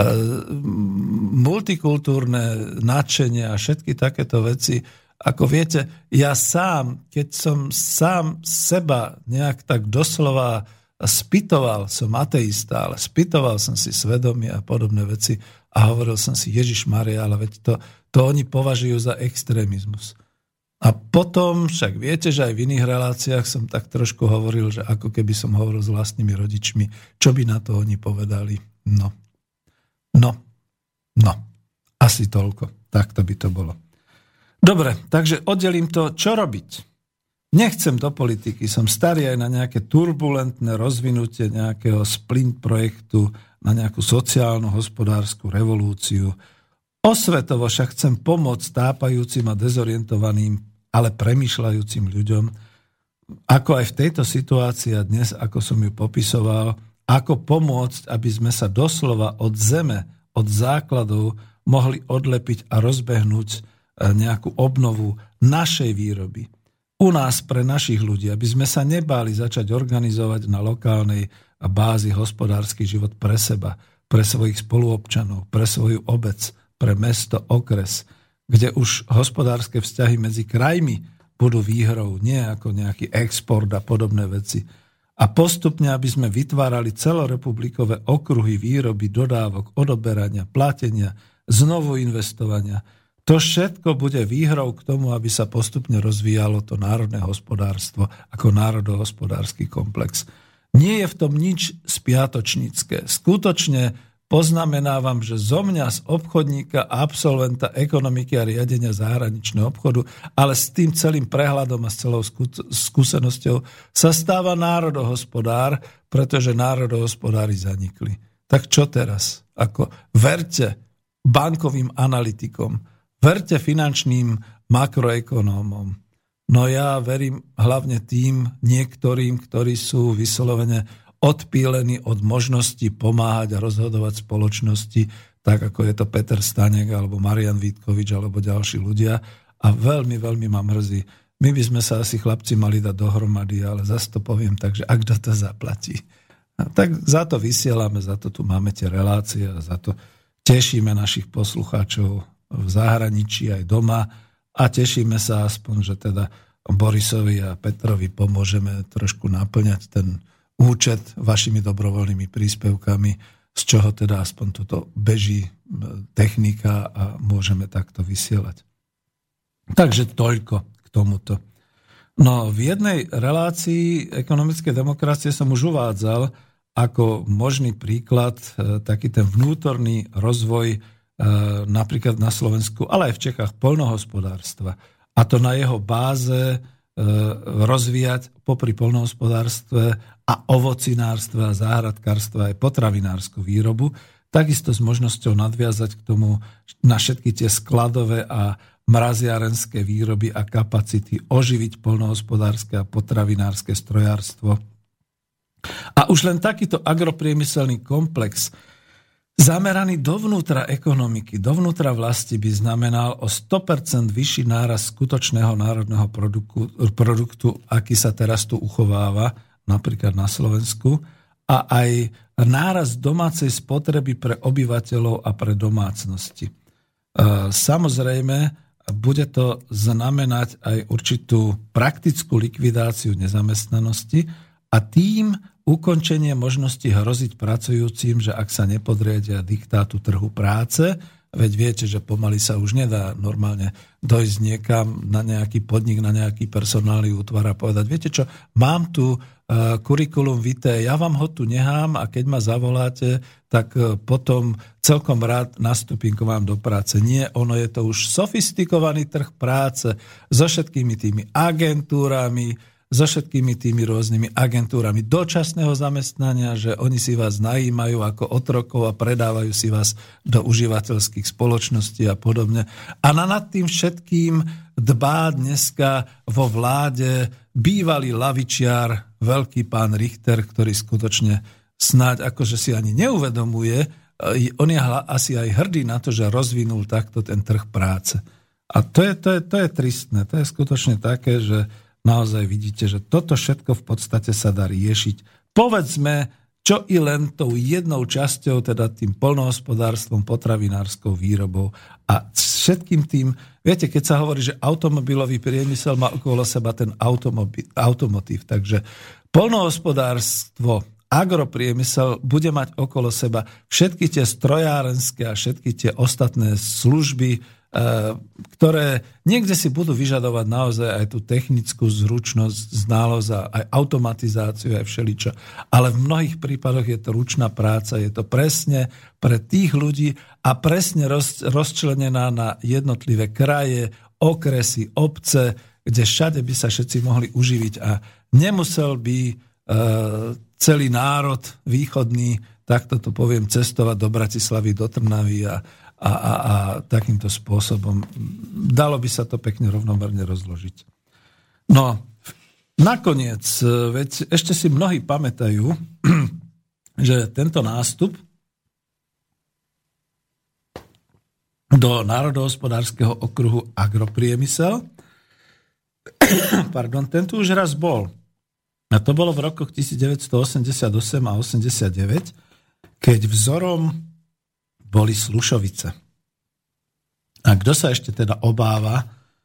multikultúrne nadšenie a všetky takéto veci. Ako viete, ja sám, keď som sám seba nejak tak doslova spytoval, som ateista, ale spytoval som si svedomie a podobné veci a hovoril som si, Ježišmaria, ale veď to, to oni považujú za extrémizmus. A potom však viete, že aj v iných reláciách som tak trošku hovoril, že ako keby som hovoril s vlastnými rodičmi, čo by na to oni povedali. No, no, no, asi toľko. Takto by to bolo. Dobre, takže oddelím to, čo robiť. Nechcem do politiky, som starý aj na nejaké turbulentné rozvinutie nejakého splint projektu, na nejakú sociálnu, hospodársku revolúciu. Osvetovo však chcem pomôcť tápajúcim a dezorientovaným, ale premýšľajúcim ľuďom, ako aj v tejto situácii a dnes, ako som ju popisoval, ako pomôcť, aby sme sa doslova od zeme, od základov mohli odlepiť a rozbehnúť nejakú obnovu našej výroby. U nás pre našich ľudí, aby sme sa nebáli začať organizovať na lokálnej bázi hospodársky život pre seba, pre svojich spoluobčanov, pre svoju obec, pre mesto, okres, kde už hospodárske vzťahy medzi krajmi budú výhrou, nie ako nejaký export a podobné veci. A postupne, aby sme vytvárali celorepublikové okruhy výroby, dodávok, odoberania, platenia, znovu investovania. To všetko bude výhrou k tomu, aby sa postupne rozvíjalo to národné hospodárstvo ako národohospodársky komplex. Nie je v tom nič spiatočnícke. Skutočne poznamenávam, že zo mňa, z obchodníka, absolventa ekonomiky a riadenia zahraničného obchodu, ale s tým celým prehľadom a s celou skúsenosťou sa stáva národohospodár, pretože národohospodári zanikli. Tak čo teraz? Ako verte bankovým analytikom, verte finančným makroekonómom. No ja verím hlavne tým niektorým, ktorí sú vyslovene odpílení od možnosti pomáhať a rozhodovať spoločnosti, tak ako je to Peter Stanek alebo Marian Vítkovič alebo ďalší ľudia. A veľmi, veľmi ma mrzí. My by sme sa asi chlapci mali dať dohromady, ale zase to poviem tak, že ak kto to zaplatí. A tak za to vysielame, za to tu máme tie relácie a za to tešíme našich poslucháčov v zahraničí aj doma a tešíme sa aspoň, že teda Borisovi a Petrovi pomôžeme trošku naplňať ten účet vašimi dobrovoľnými príspevkami, z čoho teda aspoň tuto beží technika a môžeme takto vysielať. Takže toľko k tomuto. No v jednej relácii ekonomickej demokracie som už uvádzal ako možný príklad taký ten vnútorný rozvoj napríklad na Slovensku, ale aj v Čechách poľnohospodárstva. A to na jeho báze rozvíjať popri poľnohospodárstve a ovocinárstve a záhradkárstve aj potravinárskú výrobu, takisto s možnosťou nadviazať k tomu na všetky tie skladové a mraziarenské výroby a kapacity, oživiť poľnohospodárske a potravinárske strojárstvo. A už len takýto agropriemyselný komplex zameraný dovnútra ekonomiky, dovnútra vlasti by znamenal o sto percent vyšší nárast skutočného národného produktu, produktu, aký sa teraz tu uchováva, napríklad na Slovensku, a aj nárast domácej spotreby pre obyvateľov a pre domácnosti. Samozrejme, bude to znamenať aj určitú praktickú likvidáciu nezamestnanosti a tým ukončenie možnosti hroziť pracujúcim, že ak sa nepodriedia diktátu trhu práce, veď viete, že pomaly sa už nedá normálne dojsť niekam na nejaký podnik, na nejaký personálny útvar a povedať, viete čo, mám tu uh, kurikulum vitae, ja vám ho tu nechám a keď ma zavoláte, tak uh, potom celkom rád nastúpim k vám do práce. Nie, ono je to už sofistikovaný trh práce so všetkými tými agentúrami, so všetkými tými rôznymi agentúrami dočasného zamestnania, že oni si vás najímajú ako otrokov a predávajú si vás do užívateľských spoločností a podobne. A na nad tým všetkým dbá dneska vo vláde bývalý lavičiar, veľký pán Richter, ktorý skutočne snáď akože si ani neuvedomuje, on je asi aj hrdý na to, že rozvinul takto ten trh práce. A to je, to je, to je tristné. To je skutočne také, že naozaj vidíte, že toto všetko v podstate sa dá riešiť. Povedzme, čo i len tou jednou časťou, teda tým poľnohospodárstvom, potravinárskou výrobou a všetkým tým, viete, keď sa hovorí, že automobilový priemysel má okolo seba ten automotív, takže poľnohospodárstvo, agropriemysel bude mať okolo seba všetky tie strojárenské a všetky tie ostatné služby, ktoré niekde si budú vyžadovať naozaj aj tú technickú zručnosť, znalosť a aj automatizáciu, aj všeličo. Ale v mnohých prípadoch je to ručná práca, je to presne pre tých ľudí a presne roz, rozčlenená na jednotlivé kraje, okresy, obce, kde všade by sa všetci mohli uživiť a nemusel by e, celý národ východný, takto to poviem, cestovať do Bratislavy, do Trnavy a A, a, a takýmto spôsobom dalo by sa to pekne rovnomerne rozložiť. No, nakoniec, veď ešte si mnohí pamätajú, že tento nástup do národohospodárskeho okruhu agropriemysel, pardon, tento už raz bol. A to bolo v rokoch devätnásťstoosemdesiatosem a osemdesiatdeväť, keď vzorom boli Slušovice. A kto sa ešte teda obáva,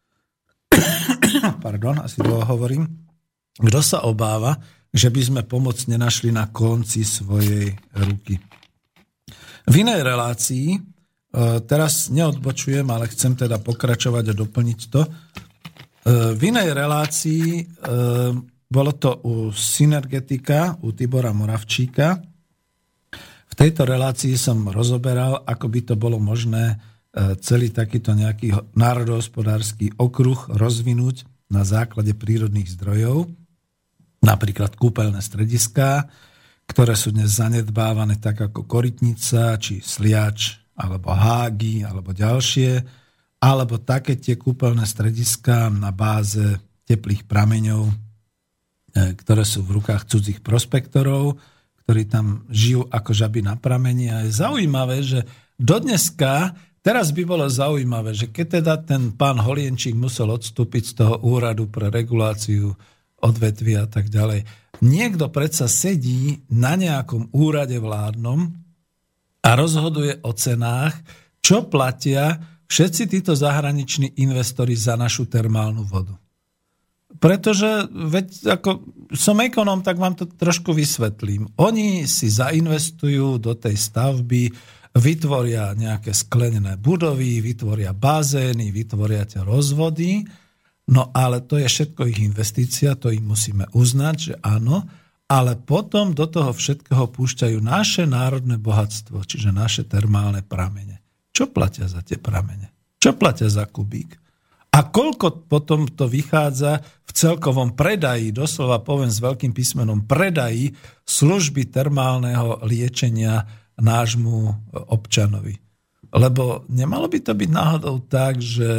pardon, asi dlho hovorím, kto sa obáva, že by sme pomoc nenašli na konci svojej ruky. V inej relácii, teraz neodbočujem, ale chcem teda pokračovať a doplniť to, v inej relácii, bolo to u Synergetika, u Tibora Moravčíka. V tejto relácii som rozoberal, ako by to bolo možné celý takýto nejaký národohospodársky okruh rozvinúť na základe prírodných zdrojov, napríklad kúpeľné strediská, ktoré sú dnes zanedbávané tak ako Korytnica, či Sliač, alebo Hágy, alebo ďalšie, alebo také tie kúpeľné strediská na báze teplých prameňov, ktoré sú v rukách cudzích prospektorov, ktorí tam žijú ako žaby na prameni. A je zaujímavé, že dodneska, teraz by bolo zaujímavé, že keď teda ten pán Holienčík musel odstúpiť z toho úradu pre reguláciu odvetví a tak ďalej, niekto predsa sedí na nejakom úrade vládnom a rozhoduje o cenách, čo platia všetci títo zahraniční investori za našu termálnu vodu. Pretože, veď ako som ekonóm, tak vám to trošku vysvetlím. Oni si zainvestujú do tej stavby, vytvoria nejaké sklenené budovy, vytvoria bazény, vytvoria tie rozvody, no ale to je všetko ich investícia, to im musíme uznať, že áno, ale potom do toho všetkého púšťajú naše národné bohatstvo, čiže naše termálne pramene. Čo platia za tie pramene? Čo platia za kubík? A koľko potom to vychádza v celkovom predaji, doslova poviem s veľkým písmenom, predaji služby termálneho liečenia nášmu občanovi. Lebo nemalo by to byť náhodou tak, že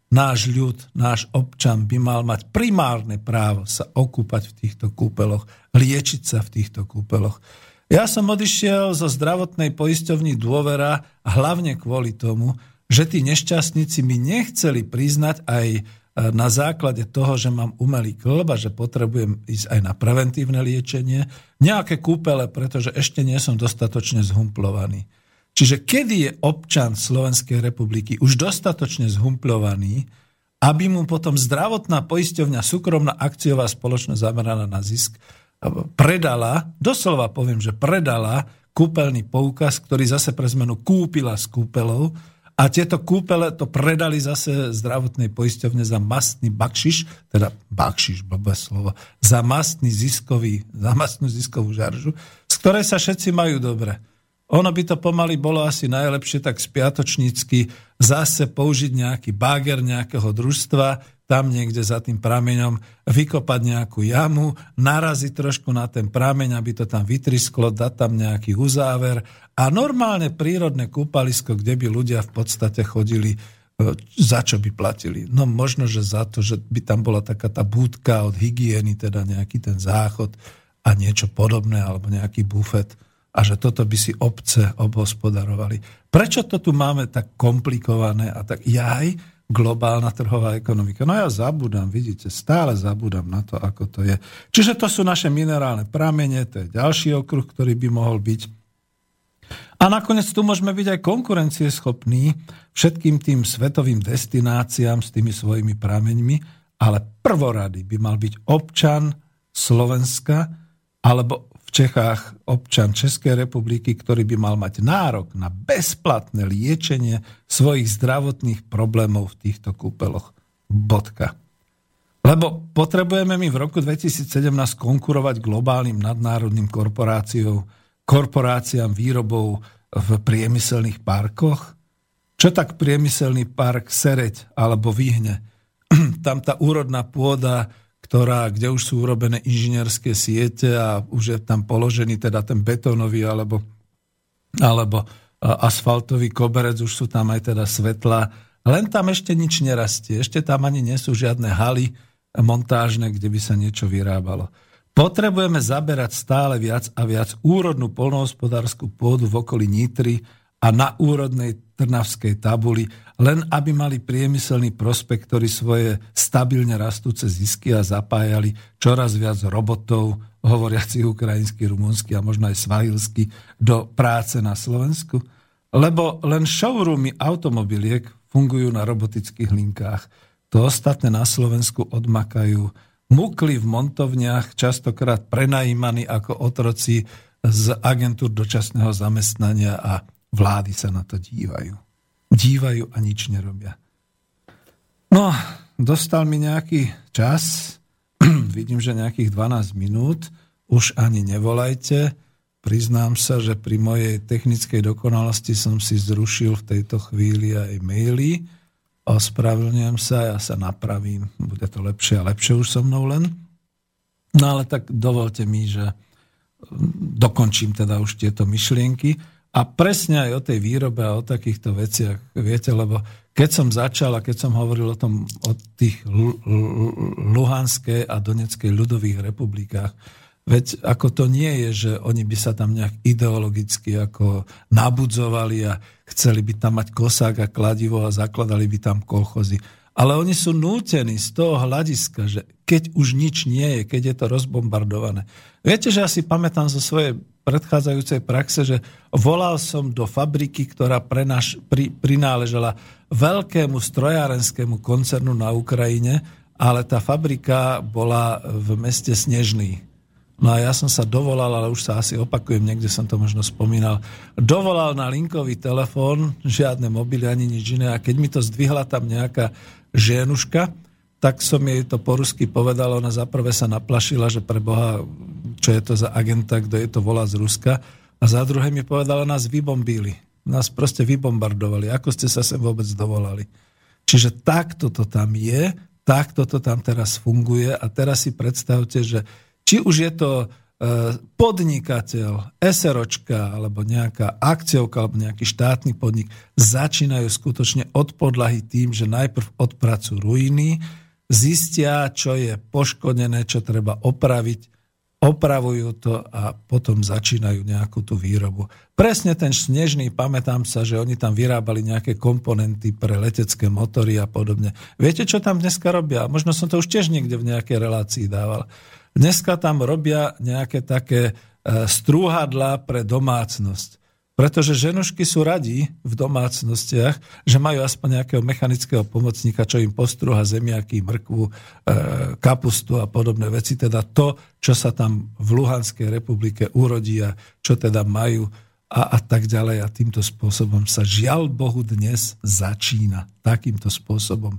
náš ľud, náš občan by mal mať primárne právo sa okúpať v týchto kúpeloch, liečiť sa v týchto kúpeloch. Ja som odišiel zo zdravotnej poisťovní Dôvera hlavne kvôli tomu, že tí nešťastníci mi nechceli priznať aj na základe toho, že mám umelý kĺb a že potrebujem ísť aj na preventívne liečenie, nejaké kúpele, pretože ešte nie som dostatočne zhumplovaný. Čiže kedy je občan Slovenskej republiky už dostatočne zhumplovaný, aby mu potom zdravotná poisťovňa, súkromná akciová spoločnosť zameraná na zisk, predala, doslova poviem, že predala kúpeľný poukaz, ktorý zase pre zmenu kúpila z kúpeľov a tieto kúpele to predali zase zdravotnej poisťovne za mastný bakšiš, teda bakšiš, blbé slovo, za mastný ziskový, za mastnú ziskovú žaržu, z ktorej sa všetci majú dobre. Ono by to pomaly bolo asi najlepšie tak spiatočnícky zase použiť nejaký báger nejakého družstva, tam niekde za tým prameňom vykopať nejakú jamu, naraziť trošku na ten prameň, aby to tam vytrisklo, dať tam nejaký uzáver a normálne prírodné kúpalisko, kde by ľudia v podstate chodili, za čo by platili. No možno, že za to, že by tam bola taká tá búdka od hygieny, teda nejaký ten záchod a niečo podobné, alebo nejaký bufet. A že toto by si obce obhospodarovali. Prečo to tu máme tak komplikované a tak jaj, globálna trhová ekonomika? No ja zabúdam, vidíte, stále zabúdam na to, ako to je. Čiže to sú naše minerálne pramene, to je ďalší okruh, ktorý by mohol byť. A nakoniec tu môžeme byť aj konkurencieschopní všetkým tým svetovým destináciám s tými svojimi prameňmi, ale prvorady by mal byť občan Slovenska alebo v Čechách občan Českej republiky, ktorý by mal mať nárok na bezplatné liečenie svojich zdravotných problémov v týchto kúpeloch. Bodka. Lebo potrebujeme my v roku dvetisícsedemnásť konkurovať globálnym nadnárodným korporáciám, korporáciám výrobov v priemyselných parkoch? Čo tak priemyselný park Sereď alebo Vyhne? Tam tá úrodná pôda, ktorá, kde už sú urobené inžinierské siete a už je tam položený teda ten betónový alebo, alebo asfaltový koberec, už sú tam aj teda svetlá. Len tam ešte nič nerastie. Ešte tam ani nie sú žiadne haly montážne, kde by sa niečo vyrábalo. Potrebujeme zaberať stále viac a viac úrodnú poľnohospodárskú pôdu v okolí Nitry a na úrodnej Trnavskej tabuli, len aby mali priemyselný prospektori svoje stabilne rastúce zisky a zapájali čoraz viac robotov, hovoriacich ukrajinsky, rumunsky a možno aj svahilsky, do práce na Slovensku. Lebo len showroomy automobiliek fungujú na robotických linkách. To ostatné na Slovensku odmakajú mukli v montovniach, častokrát prenajímaní ako otroci z agentúr dočasného zamestnania a vlády sa na to dívajú. Dívajú a nič nerobia. No, dostal mi nejaký čas. Vidím, že nejakých dvanásť minút. Už ani nevolajte. Priznám sa, že pri mojej technickej dokonalosti som si zrušil v tejto chvíli aj maily. Ospravedlňujem sa, ja sa napravím. Bude to lepšie a lepšie už so mnou len. No ale tak dovolte mi, že dokončím teda už tieto myšlienky. A presne aj o tej výrobe a o takýchto veciach, viete, lebo keď som začal a keď som hovoril o tom, o tých Luhanskej a Donetskej ľudových republikách, veď ako to nie je, že oni by sa tam nejak ideologicky ako nabudzovali a chceli by tam mať kosák a kladivo a zakladali by tam kolchozy. Ale oni sú nútení z toho hľadiska, že keď už nič nie je, keď je to rozbombardované. Viete, že ja si pamätám zo svojej predchádzajúcej praxe, že volal som do fabriky, ktorá prenaš, pri, prináležala veľkému strojárenskému koncernu na Ukrajine, ale tá fabrika bola v meste Snežný. No a ja som sa dovolal, ale už sa asi opakujem, niekde som to možno spomínal, dovolal na linkový telefón, žiadne mobily ani nič iné, a keď mi to zdvihla tam nejaká ženuška, tak som jej to po rusky povedal, ona zaprvé sa naplašila, že pre Boha, čo je to za agenta, kto je to volá z Ruska, a za druhé mi povedala, nás vybombili, nás proste vybombardovali, ako ste sa sem vôbec dovolali. Čiže takto to tam je, takto to tam teraz funguje a teraz si predstavte, že či už je to podnikateľ, SROčka alebo nejaká akciovka alebo nejaký štátny podnik začínajú skutočne od podlahy tým, že najprv odpracujú ruiny, zistia, čo je poškodené, čo treba opraviť, opravujú to a potom začínajú nejakú tú výrobu. Presne ten Snežný, pamätám sa, že oni tam vyrábali nejaké komponenty pre letecké motory a podobne. Viete, čo tam dneska robia? Možno som to už tiež niekde v nejakej relácii dával. Dneska tam robia nejaké také strúhadlá pre domácnosť. Pretože ženušky sú radi v domácnostiach, že majú aspoň nejakého mechanického pomocníka, čo im postrúha zemiaky, mrkvu, kapustu a podobné veci. Teda to, čo sa tam v Luhanskej republike urodí a čo teda majú a, a tak ďalej. A týmto spôsobom sa žiaľ Bohu dnes začína. Takýmto spôsobom.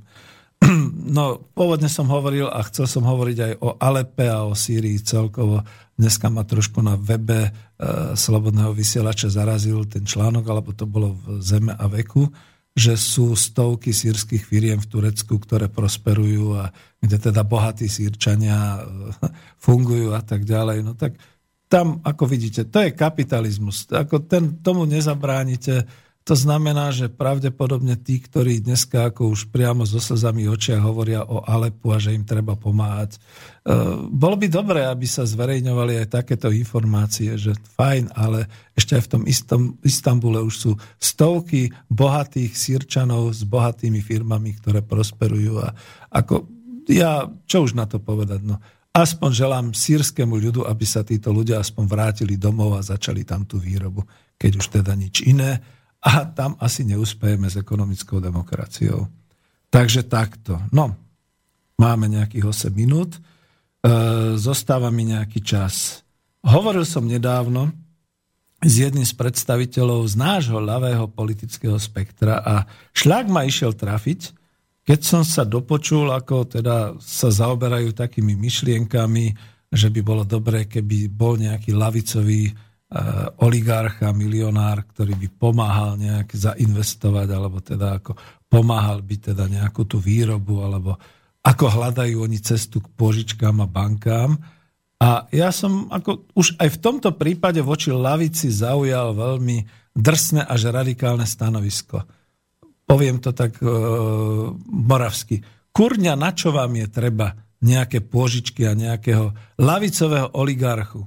No, pôvodne som hovoril a chcel som hovoriť aj o Alepe a o Sýrii celkovo. Dneska ma trošku na webe e, Slobodného vysielača zarazil ten článok, alebo to bolo v Zeme a veku, že sú stovky sýrskych firiem v Turecku, ktoré prosperujú a kde teda bohatí Sýrčania e, fungujú a tak ďalej. No tak tam, ako vidíte, to je kapitalizmus. Ako ten, tomu nezabránite. To znamená, že pravdepodobne tí, ktorí dneska ako už priamo so slzami v očiach hovoria o Alepu a že im treba pomáhať. E, bolo by dobré, aby sa zverejňovali aj takéto informácie, že fajn, ale ešte aj v tom istom Istanbule už sú stovky bohatých Sýrčanov s bohatými firmami, ktoré prosperujú. A ako, ja, čo už na to povedať, no. Aspoň želám sýrskému ľudu, aby sa títo ľudia aspoň vrátili domov a začali tam tú výrobu, keď už teda nič iné. A tam asi neúspejeme s ekonomickou demokraciou. Takže takto. No, máme nejakých osem minút. E, zostáva mi nejaký čas. Hovoril som nedávno s jedným z predstaviteľov z nášho ľavého politického spektra a šľak ma išiel trafiť, keď som sa dopočul, ako teda sa zaoberajú takými myšlienkami, že by bolo dobré, keby bol nejaký ľavicový oligarcha, milionár, ktorý by pomáhal nejak zainvestovať, alebo teda ako pomáhal by teda nejakú tú výrobu, alebo ako hľadajú oni cestu k pôžičkám a bankám. A ja som ako už aj v tomto prípade voči ľavici zaujal veľmi drsné až radikálne stanovisko. Poviem to tak e, moravsky. Kurňa, na čo vám je treba nejaké pôžičky a nejakého ľavicového oligarchu?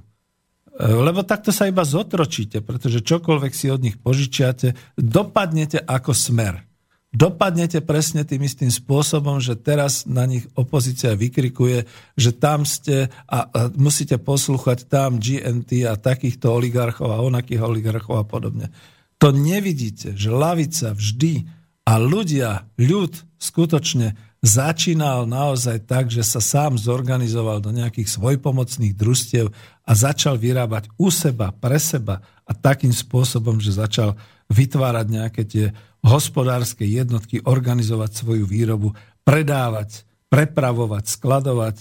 Lebo takto sa iba zotročíte, pretože čokoľvek si od nich požičiate, dopadnete ako Smer. Dopadnete presne tým istým spôsobom, že teraz na nich opozícia vykrikuje, že tam ste a, a musíte poslúchať tam G N T a takýchto oligarchov a onakých oligarchov a podobne. To nevidíte, že ľavica vždy a ľudia, ľud skutočne začínal naozaj tak, že sa sám zorganizoval do nejakých svojpomocných družstiev a začal vyrábať u seba, pre seba a takým spôsobom, že začal vytvárať nejaké tie hospodárske jednotky, organizovať svoju výrobu, predávať, prepravovať, skladovať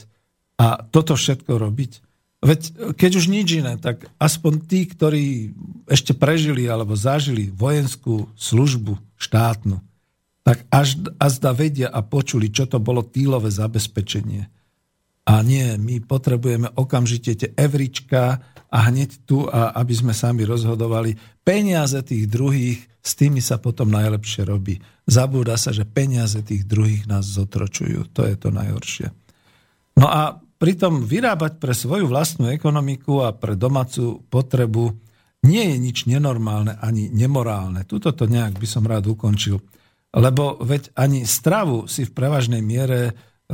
a toto všetko robiť. Veď keď už nič iné, tak aspoň tí, ktorí ešte prežili alebo zažili vojenskú službu štátnu, tak až azda vedia a počuli, čo to bolo týlové zabezpečenie. A nie, my potrebujeme okamžite tie evrička a hneď tu, a aby sme sami rozhodovali. Peniaze tých druhých, s tými sa potom najlepšie robí. Zabúda sa, že peniaze tých druhých nás zotročujú. To je to najhoršie. No a pritom vyrábať pre svoju vlastnú ekonomiku a pre domácu potrebu nie je nič nenormálne ani nemorálne. Tuto to nejak by som rád ukončil. Lebo veď ani stravu si v prevažnej miere,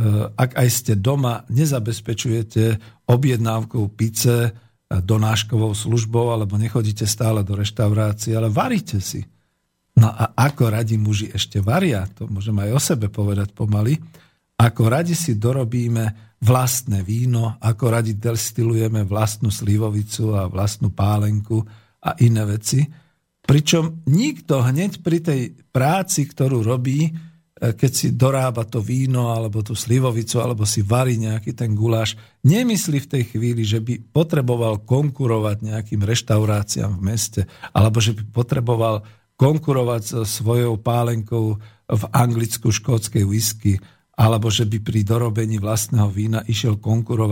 ak aj ste doma, nezabezpečujete objednávkou pice, donáškovou službou, alebo nechodíte stále do reštaurácií, ale varíte si. No a ako radi muži ešte varia, to môžem aj o sebe povedať pomaly, ako radi si dorobíme vlastné víno, ako radi destilujeme vlastnú slivovicu a vlastnú pálenku a iné veci. Pričom nikto hneď pri tej práci, ktorú robí, keď si dorába to víno, alebo tú slivovicu, alebo si varí nejaký ten guláš, nemyslí v tej chvíli, že by potreboval konkurovať nejakým reštauráciám v meste, alebo že by potreboval konkurovať so svojou pálenkou v anglicku-škótskej whisky, alebo že by pri dorobení vlastného vína išiel konkurovať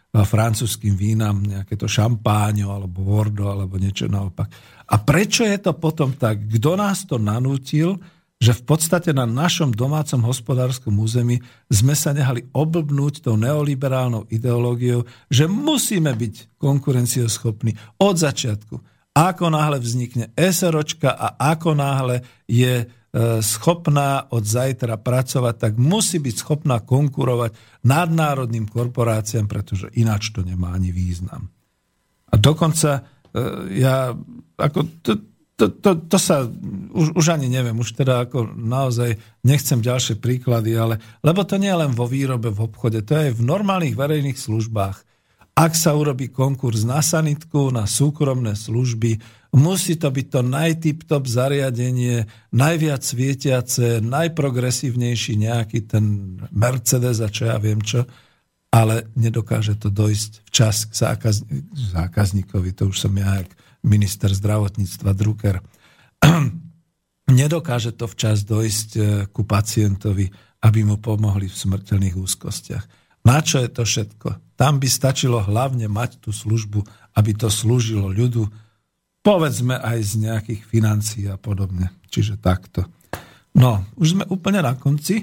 francúzským vínam, nejaké to šampáňo, alebo Bordeaux, alebo niečo naopak. A prečo je to potom tak? Kto nás to nanútil, že v podstate na našom domácom hospodárskom území sme sa nehali oblbnúť tou neoliberálnou ideológiou, že musíme byť konkurencioschopní od začiatku. Ako náhle vznikne SROčka a ako náhle je schopná od zajtra pracovať, tak musí byť schopná konkurovať nadnárodným korporáciám, pretože ináč to nemá ani význam. A dokonca ja ako to, to, to, to sa už, už ani neviem, už teda ako naozaj nechcem ďalšie príklady, ale lebo to nie je len vo výrobe, v obchode, to je aj v normálnych verejných službách. Ak sa urobí konkurs na sanitku, na súkromné služby, musí to byť to najtip-top zariadenie, najviac svietiace, najprogresívnejší nejaký ten Mercedes a čo ja viem čo, ale nedokáže to dojsť včas k zákaz, zákazníkovi, to už som ja, jak minister zdravotníctva Drucker. Nedokáže to včas dojsť ku pacientovi, aby mu pomohli v smrteľných úzkostiach. Na čo je to všetko? Tam by stačilo hlavne mať tú službu, aby to slúžilo ľudu, povedzme aj z nejakých financií a podobne. Čiže takto. No, už sme úplne na konci.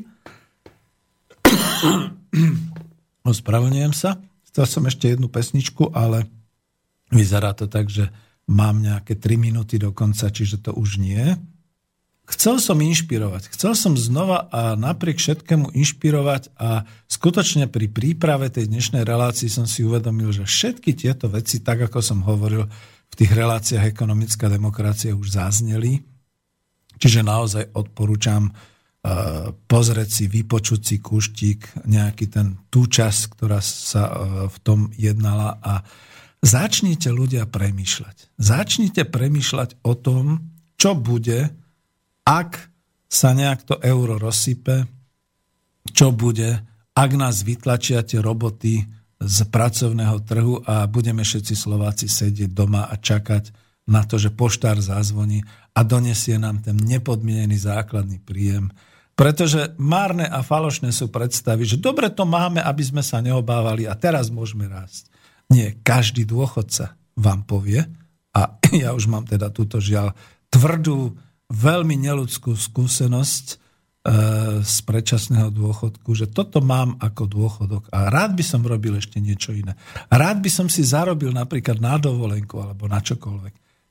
Ospravedlňujem sa. Chcel som ešte jednu pesničku, ale vyzerá to tak, že mám nejaké tri minúty do konca, čiže to už nie. Chcel som inšpirovať. Chcel som znova a napriek všetkému inšpirovať a skutočne pri príprave tej dnešnej relácii som si uvedomil, že všetky tieto veci, tak ako som hovoril, v tých reláciách Ekonomická demokracia už zazneli. Čiže naozaj odporúčam uh, pozrieť si, vypočuť si kúštik, nejaký ten, tú časť, ktorá sa uh, v tom jednala a začnite ľudia premýšľať. Začnite premýšľať o tom, čo bude, ak sa nejak to euro rozsype, čo bude, ak nás vytlačia tie roboty z pracovného trhu a budeme všetci Slováci sedieť doma a čakať na to, že poštár zazvoní a donesie nám ten nepodmienený základný príjem. Pretože márne a falošné sú predstavy, že dobre to máme, aby sme sa neobávali a teraz môžeme rásť. Nie, každý dôchodca vám povie, a ja už mám teda túto žiaľ tvrdú, veľmi neľudskú skúsenosť e, z predčasného dôchodku, že toto mám ako dôchodok a rád by som robil ešte niečo iné. Rád by som si zarobil napríklad na dovolenku alebo na čokoľvek.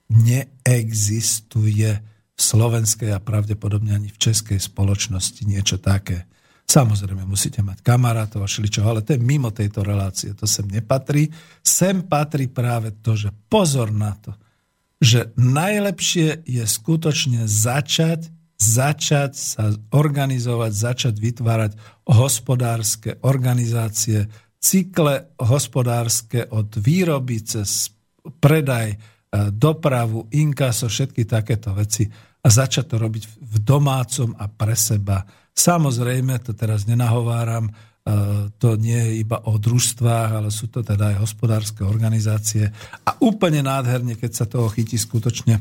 Neexistuje v slovenskej a pravdepodobne ani v českej spoločnosti niečo také. Samozrejme, musíte mať kamarátov a šličo, ale to je mimo tejto relácie, to sem nepatrí. Sem patrí práve to, že pozor na to, že najlepšie je skutočne začať, začať sa organizovať, začať vytvárať hospodárske organizácie, cykle hospodárske od výroby cez predaj, dopravu, inkaso, všetky takéto veci a začať to robiť v domácom a pre seba. Samozrejme, to teraz nenahováram, to nie je iba o družstvách, ale sú to teda aj hospodárske organizácie a úplne nádherne, keď sa toho chytí skutočne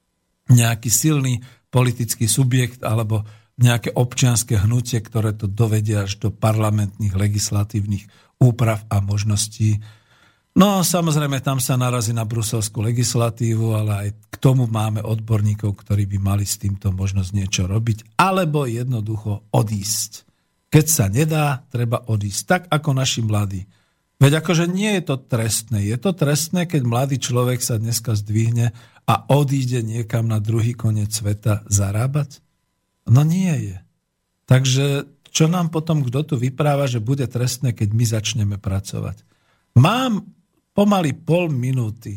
nejaký silný politický subjekt alebo nejaké občianske hnutie, ktoré to dovedia až do parlamentných legislatívnych úprav a možností. No samozrejme, tam sa narazí na bruselskú legislatívu, ale aj k tomu máme odborníkov, ktorí by mali s týmto možnosť niečo robiť, alebo jednoducho odísť. Keď sa nedá, treba odísť. Tak ako naši mladí. Veď akože nie je to trestné. Je to trestné, keď mladý človek sa dneska zdvihne a odíde niekam na druhý koniec sveta zarábať? No nie je. Takže čo nám potom kto tu vypráva, že bude trestné, keď my začneme pracovať? Mám pomaly pol minúty.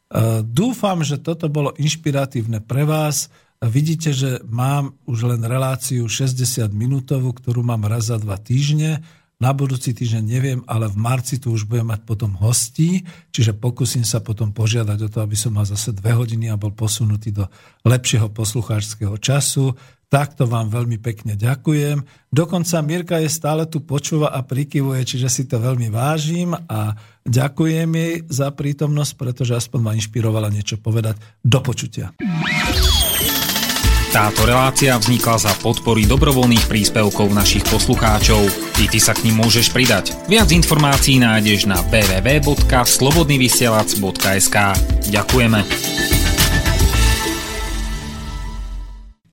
Dúfam, že toto bolo inšpiratívne pre vás. Vidíte, že mám už len reláciu šesťdesiat minútovú, ktorú mám raz za dva týždne. Na budúci týždeň neviem, ale v marci tu už budem mať potom hostí, čiže pokúsim sa potom požiadať o to, aby som mal zase dve hodiny a bol posunutý do lepšieho poslucháčskeho času. Takto vám veľmi pekne ďakujem. Dokonca Mirka je stále tu počúva a prikyvuje, čiže si to veľmi vážim a ďakujem jej za prítomnosť, pretože aspoň ma inšpirovala niečo povedať. Do počutia. Táto relácia vznikla za podpory dobrovoľných príspevkov našich poslucháčov. I ty sa k nim môžeš pridať. Viac informácií nájdeš na w w w bodka slobodnyvysielac bodka es ka. Ďakujeme.